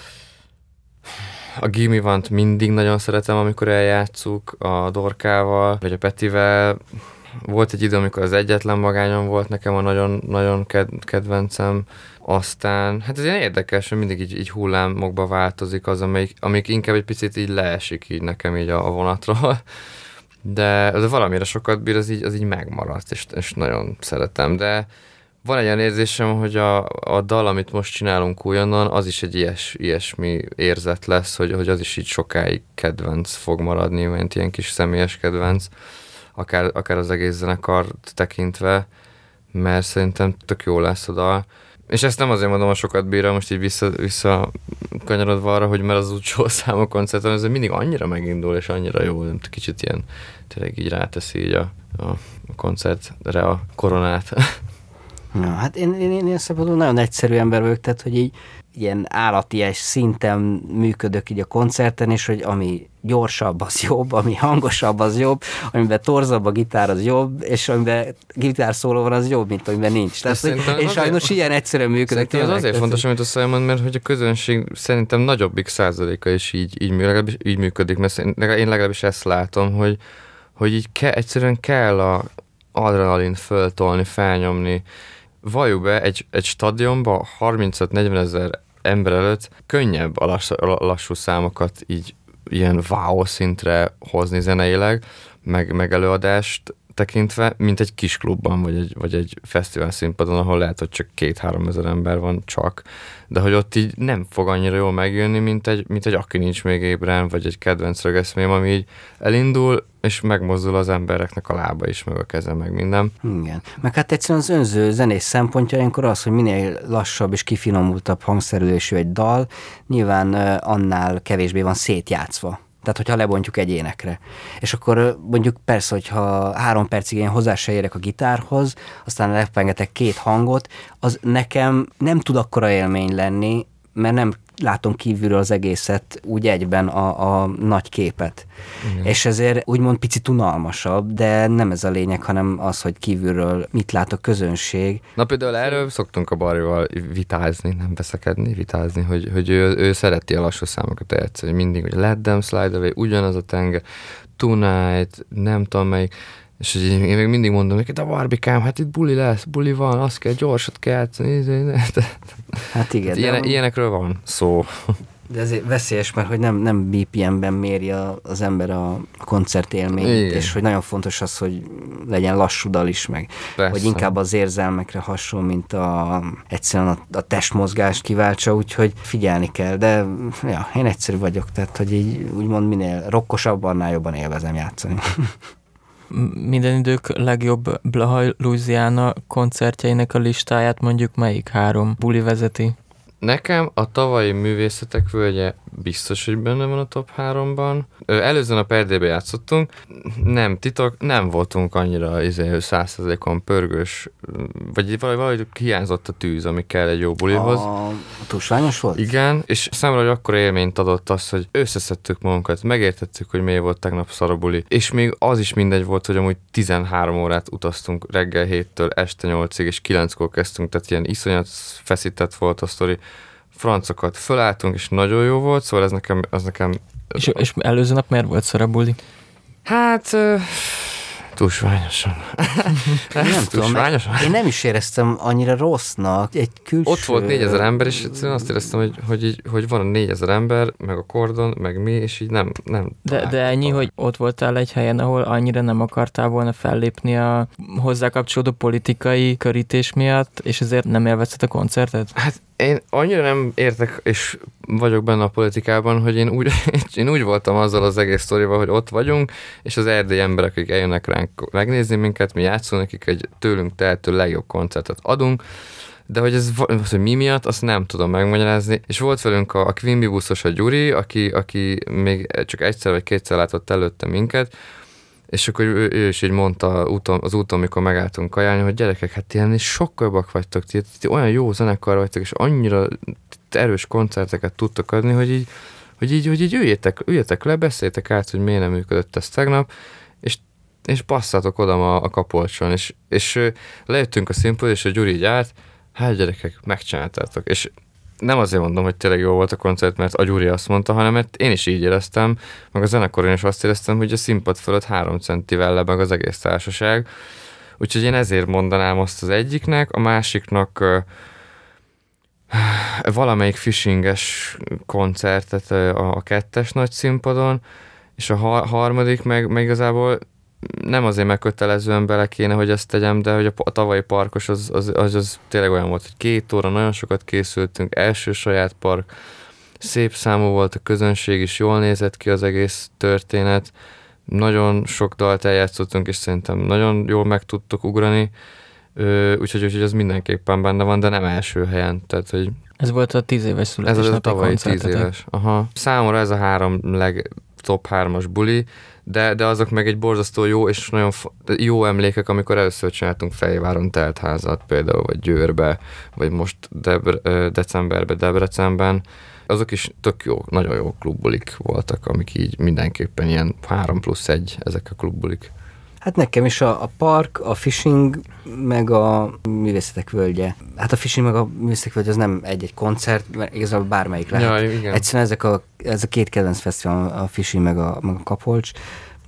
A Gimme One-t mindig nagyon szeretem, amikor eljátszuk a Dorkával, vagy a Petivel. Volt egy idő, amikor az Egyetlen magányom volt nekem a nagyon kedvencem. Aztán, hát ez ilyen érdekes, hogy mindig így hullámokba változik az, amik inkább egy picit így leesik így nekem így a vonatról. De valamire sokat bír, az így megmaradt, és nagyon szeretem. De van egy olyan érzésem, hogy a dal, amit most csinálunk újonnan, az is egy ilyesmi érzet lesz, hogy az is így sokáig kedvenc fog maradni, mint ilyen kis személyes kedvenc, akár az egész zenekart tekintve, mert szerintem tök jó lesz a dal. És ezt nem azért mondom, hogy sokat bírja, most így visszakanyarodva arra, hogy mert az utolsó számú koncerten, ez mindig annyira megindul, és annyira jó, kicsit ilyen tényleg így ráteszi így a koncertre a koronát. Ja, hát én szabadon nagyon egyszerű ember vagyok, tehát hogy így ilyen állaties szinten működök így a koncerten, és hogy ami gyorsabb, az jobb, ami hangosabb, az jobb, amiben torzabb a gitár, az jobb, és amiben gitárszóló van, az jobb, mint amiben nincs. Tehát, és sajnos ilyen egyszerűen működök. Ez azért fontos, amit a Simon, mert hogy a közönség szerintem nagyobbik százaléka is így működik, mert én legalábbis ezt látom, hogy így egyszerűen kell a adrenalin föltolni, felnyomni. Valljuk be, egy stadionba 35-40 ezer ember előtt könnyebb a lassú számokat így ilyen wow szintre hozni zeneileg, meg előadást tekintve, mint egy kis klubban, vagy egy fesztivál színpadon, ahol lehet, hogy csak 2-3 ezer ember van csak, de hogy ott így nem fog annyira jól megjönni, mint egy Aki nincs még ébren, vagy egy kedvenc rögeszmém, ami így elindul, és megmozdul az embereknek a lába is, meg a keze, meg minden. Igen. Meg hát egyszerűen az önző zenés szempontja ilyenkor az, hogy minél lassabb és kifinomultabb hangszerelésű egy dal, nyilván annál kevésbé van szétjátszva. Tehát, hogyha lebontjuk egy énekre. És akkor mondjuk persze, hogyha 3 percig én hozzá se érek a gitárhoz, aztán lepengetek 2 hangot, az nekem nem tud akkora élmény lenni, mert nem látom kívülről az egészet úgy egyben a nagy képet. Igen. És ezért úgymond picit unalmasabb, de nem ez a lényeg, hanem az, hogy kívülről mit lát a közönség. Na például erről szoktunk a Barbival vitázni, nem veszekedni, vitázni, hogy ő szereti a lassú számokat eljátszani, mindig, hogy Let Them Slide Away, ugyanaz a tenger, Tonight, nem tudom melyik, és én még mindig mondom, hogy a Barbikám, hát itt buli lesz, buli van, azt kell, gyorsat kell játszani. Hát igen. Ilyenekről van szó. De ez veszélyes, mert hogy nem BPM-ben méri az ember a koncertélményt, és hogy nagyon fontos az, hogy legyen lassú dal is meg. Persze. Hogy inkább az érzelmekre hasonl, mint egyszerűen a testmozgást kiváltsa, úgyhogy figyelni kell. De ja, én egyszerű vagyok, tehát hogy így úgymond minél rokkosabb, annál jobban élvezem játszani. Minden idők legjobb Blaha Louisiana koncertjeinek a listáját mondjuk melyik 3 buli vezeti? Nekem a tavalyi Művészetek Völgye biztos, hogy benne van a top 3-ban. Előző nap Erdélybe játszottunk, nem titok, nem voltunk annyira 100%-on pörgős, vagy valahogy hiányzott a tűz, ami kell egy jó bulihoz. Túlsványos volt? Igen, és számomra, hogy akkora élményt adott az, hogy összeszedtük magunkat, megértettük, hogy miért volt tegnap szarabuli, és még az is mindegy volt, hogy amúgy 13 órát utaztunk reggel 7-től este 8-ig, és 9-kor kezdtünk, tehát ilyen iszonyat feszített volt a sztori. Francokat fölálltunk, és nagyon jó volt, szóval ez nekem... És előző nap miért volt szarabuli? Hát... túlsványosan. Nem tudom, én nem is éreztem annyira rossznak. Egy külső... Ott volt 4000 ember, és azt éreztem, hogy van a 4000 ember, meg a kordon, meg mi, és így nem de ennyi, hogy ott voltál egy helyen, ahol annyira nem akartál volna fellépni a hozzá kapcsolódó politikai körítés miatt, és ezért nem élvezted a koncertet? Hát én annyira nem értek, és vagyok benne a politikában, hogy én úgy voltam azzal az egész sztorival, hogy ott vagyunk, és az erdélyi emberek, akik eljönnek ránk megnézni minket, mi játszunk nekik egy tőlünk tehető legjobb koncertet adunk, de hogy hogy mi miatt, azt nem tudom megmagyarázni. És volt velünk a Quimby buszos, a Gyuri, aki még csak egyszer vagy kétszer látott előtte minket, és akkor ő is így mondta az úton, amikor megálltunk kajálni, hogy gyerekek, hát ilyen sokkal jobbak vagytok, ti olyan jó zenekar vagytok, és annyira erős koncerteket tudtok adni, hogy így üljetek le, beszéljetek át, hogy miért nem működött ez tegnap, és basszátok oda a Kapolcson, és lejöttünk a színpadra, és a Gyuri így állt, hát gyerekek, megcsináltátok, és nem azért mondom, hogy tényleg jó volt a koncert, mert a Gyuri azt mondta, hanem mert én is így éreztem, meg a zenekoron is azt éreztem, hogy a színpad fölött 3 centivel lebeg az egész társaság. Úgyhogy én ezért mondanám azt az egyiknek, a másiknak valamelyik fishinges koncertet a 2-es nagy színpadon, és a harmadik meg igazából nem azért megkötelezően bele kéne, hogy ezt tegyem, de hogy a tavalyi parkos az tényleg olyan volt, hogy 2 óra, nagyon sokat készültünk, első saját park, szép számú volt a közönség is, jól nézett ki az egész történet, nagyon sok dalt eljátszottunk, és szerintem nagyon jól meg tudtuk ugrani, úgyhogy az mindenképpen benne van, de nem első helyen. Tehát, hogy ez volt a 10 éves születésnapi ez a tavalyi 10 éves. Aha. Számomra ez a 3 top 3-as buli, de azok meg egy borzasztó jó és nagyon jó emlékek, amikor először csináltunk Fejváron teltházat például, vagy Győrbe, vagy most decemberben, Debrecenben. Azok is tök jó, nagyon jó klubbulik voltak, amik így mindenképpen ilyen 3+1 ezek a klubbulik. Hát nekem is a park, a fishing, meg a Művészetek Völgye. Hát a fishing meg a Művészetek Völgye az nem egy egy-koncert, mert igazából bármelyik lehet. Ja, igen. Egyszerűen ez a 2 kedvenc fesztivál, a fishing meg a Kapolcs,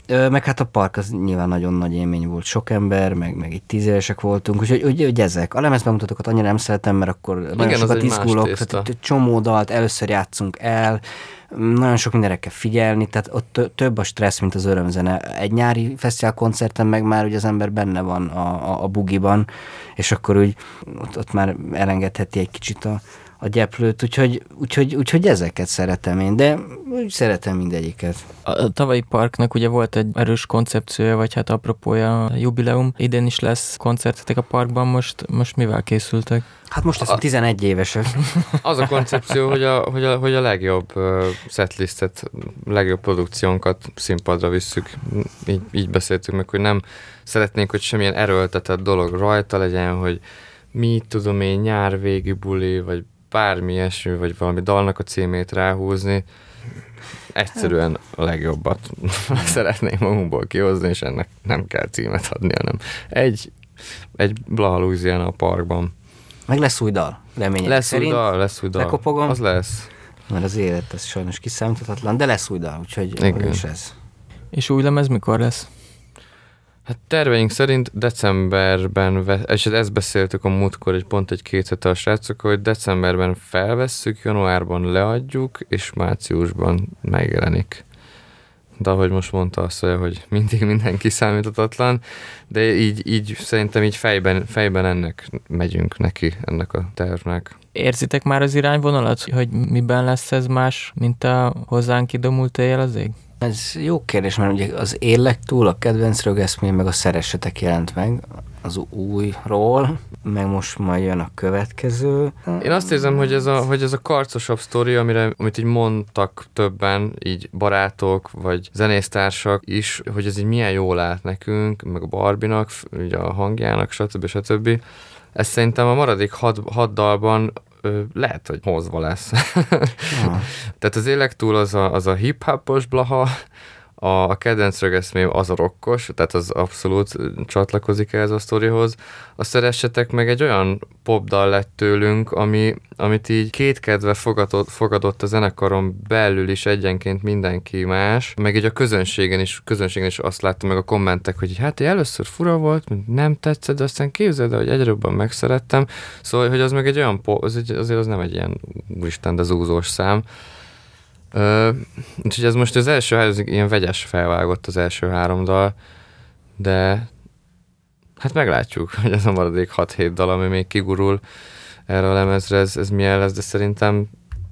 Meg hát a park az nyilván nagyon nagy élmény volt. Sok ember, meg itt 10 évesek voltunk, úgyhogy ezek. A lemezbemutatókat annyira nem szeretem, mert akkor nagyon sokat izgulok, csomó dalt először játszunk el, nagyon sok mindenre kell figyelni, tehát ott több a stressz, mint az örömzene. Egy nyári fesztivál koncerten meg már ugye az ember benne van a bugiban, és akkor úgy ott már elengedheti egy kicsit a gyeplőt, úgyhogy ezeket szeretem én, de úgy szeretem mindegyiket. A tavalyi parknak ugye volt egy erős koncepciója, vagy hát apropója a jubileum. Idén is lesz koncertetek a parkban, most mivel készültek? Hát most leszünk 11 évesek. Az a koncepció, hogy a legjobb setlistet, legjobb produkciónkat színpadra visszük. Így beszéltünk meg, hogy nem szeretnénk, hogy semmilyen erőltetett dolog rajta legyen, hogy mit tudom én, nyárvégi buli, vagy bármi ilyesmi, vagy valami dalnak a címét ráhúzni. Egyszerűen a legjobbat szeretnénk magunkból kihozni, és ennek nem kell címet adni, hanem egy Blaha Louisiana a parkban. Meg lesz új dal, reményem szerint. Lesz új dal. Lekopogom. Az lesz. Mert az élet, ez sajnos kiszámíthatatlan, de lesz új dal, úgyhogy is ez. És új lemez mikor lesz? Hát terveink szerint decemberben, és ezt beszéltük a múltkor pont egy-két hete a srácokkal, hogy decemberben felvesszük, januárban leadjuk, és márciusban megjelenik. De ahogy most mondta azt, hogy mindig minden kiszámíthatatlan, de így szerintem így fejben ennek megyünk neki, ennek a tervnek. Érzitek már az irányvonalat, hogy miben lesz ez más, mint a hozzánk idomult éjjel az ég? Ez jó kérdés, mert ugye az Élek túl, a Kedvenc rögeszmém, meg a Szeressetek jelent meg az újról, meg most majd jön a következő. Én azt érzem, hogy ez a karcosabb sztori, amit így mondtak többen, így barátok, vagy zenésztársak is, hogy ez így milyen jól állt nekünk, meg a Barbinak, ugye a hangjának, stb. Ez szerintem a maradék 6 dalban lehet, hogy hozva lesz. Tehát az Élek túl az a hip-hopos Blaha, a Kedvenc rögeszmém az a rockos, tehát az abszolút csatlakozik ehhez a sztorihoz. A Szeressetek meg egy olyan popdal lett tőlünk, amit így kétkedve fogadott a zenekaron belül is egyenként mindenki más, meg így a közönségen is azt láttam meg a kommentek, hogy hát először fura volt, nem tetszett, de aztán képzeld el, hogy egyre jobban megszerettem. Szóval, hogy az meg egy olyan azért az nem egy ilyen úristen, de zúzós szám. Úgyhogy ez most az első ilyen vegyes felvágott az első 3 dal, de hát meglátjuk, hogy ez a maradék 6-7 dal, ami még kigurul erre a lemezre, ez milyen lesz, de szerintem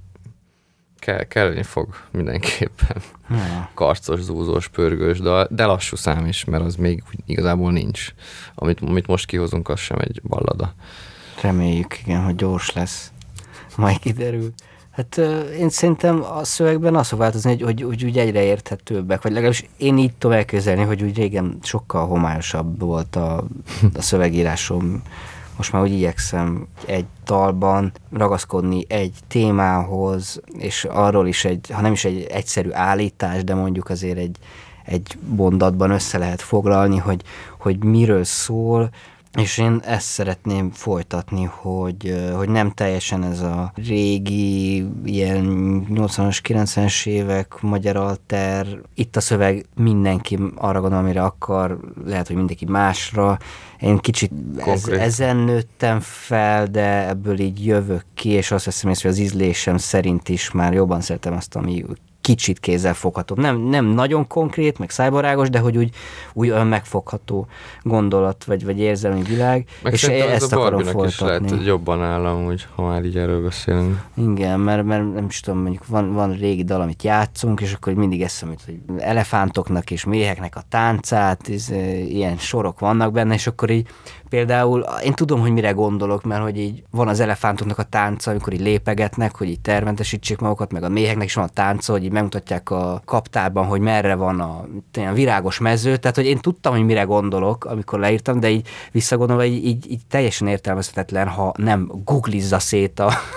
kelleni fog mindenképpen. Karcos, zúzós, pörgős dal, de lassú szám is, mert az még igazából nincs. Amit most kihozunk, az sem egy ballada. Reméljük, igen, hogy gyors lesz. Majd kiderül. Hát én szerintem a szövegben az fog változni, hogy úgy egyre érthetőbbek, vagy legalábbis én így tudom elképzelni, hogy úgy régen sokkal homályosabb volt a szövegírásom. Most már úgy igyekszem egy dalban ragaszkodni egy témához, és arról is ha nem is egy egyszerű állítás, de mondjuk azért egy mondatban össze lehet foglalni, hogy miről szól, és én ezt szeretném folytatni, hogy nem teljesen ez a régi, ilyen 80-as, 90-es évek magyar alter, itt a szöveg mindenki arra gondol, amire akar, lehet, hogy mindenki másra. Én kicsit ezen nőttem fel, de ebből így jövök ki, és azt veszem észre, hogy az ízlésem szerint is már jobban szeretem azt, ami kicsit kézzelfogható. Nem nagyon konkrét, meg szájbarágos, de hogy úgy olyan megfogható gondolat, vagy érzelmi világ, meg és ezt a akarom Barbinak folytatni. Is lehet jobban állam, úgy, ha már így erről beszélünk. Igen, mert nem is tudom, mondjuk van régi dal, amit játszunk, és akkor mindig eszem, hogy elefántoknak és méheknek a táncát, ilyen sorok vannak benne, és akkor így például én tudom, hogy mire gondolok, mert hogy így van az elefántoknak a tánca, amikor így lépegetnek, hogy így termentesítsék magukat, meg a méheknek is van a tánca, hogy így megmutatják a kaptárban, hogy merre van a virágos mező, tehát hogy én tudtam, hogy mire gondolok, amikor leírtam, de így visszagondolva így teljesen értelmezhetetlen, ha nem googlizza szét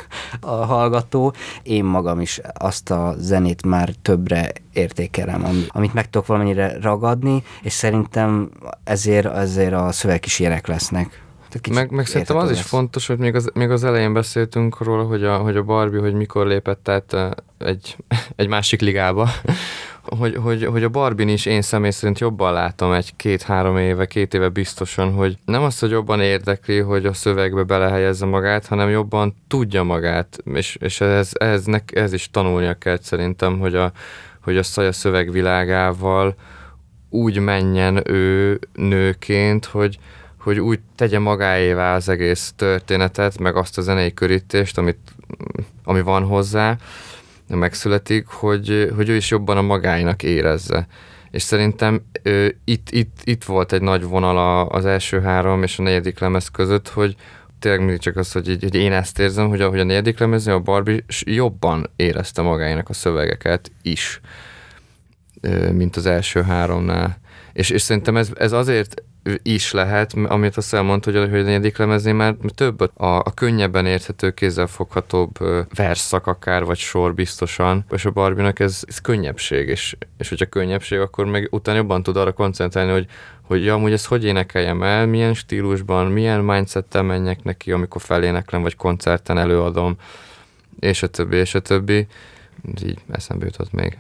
a hallgató. Én magam is azt a zenét már többre értékelem, amit meg tudok valamennyire ragadni, és szerintem ezért a szöveg is ilyenek lesznek. Meg szerintem az is fontos, hogy még az elején beszéltünk róla, hogy a Barbie, hogy mikor lépett át egy másik ligába, hogy a Barbie-n is én személy szerint jobban látom egy 2 éve biztosan, hogy nem az, hogy jobban érdekli, hogy a szövegbe belehelyezze magát, hanem jobban tudja magát, és ez is tanulnia kell szerintem, hogy a Szaja szövegvilágával úgy menjen ő nőként, hogy úgy tegye magáévá az egész történetet, meg azt a zenei körítést, ami van hozzá, megszületik, hogy ő is jobban a magáinak érezze. És szerintem itt volt egy nagy vonal az első 3 és a 4. lemez között, hogy tényleg mindig csak az, hogy én ezt érzem, hogy a 4. lemeznél a Barbie jobban érezte magáinak a szövegeket is, mint az első 3-nál. És szerintem ez azért is lehet, amit azt elmondta, hogy a 4. lemeznél már több a könnyebben érthető, kézzelfoghatóbb versszak akár, vagy sor biztosan, és a Barbie-nak ez könnyebbség, és hogyha könnyebbség, akkor meg utána jobban tud arra koncentrálni, hogy amúgy ezt hogy énekeljem el, milyen stílusban, milyen mindsettel menjek neki, amikor feléneklem, vagy koncerten előadom, és a többi, és a többi. Így eszembe jutott még.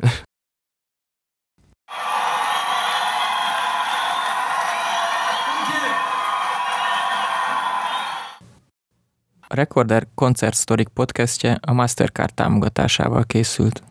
A Rekorder Koncertsztorik podcastje a Mastercard támogatásával készült.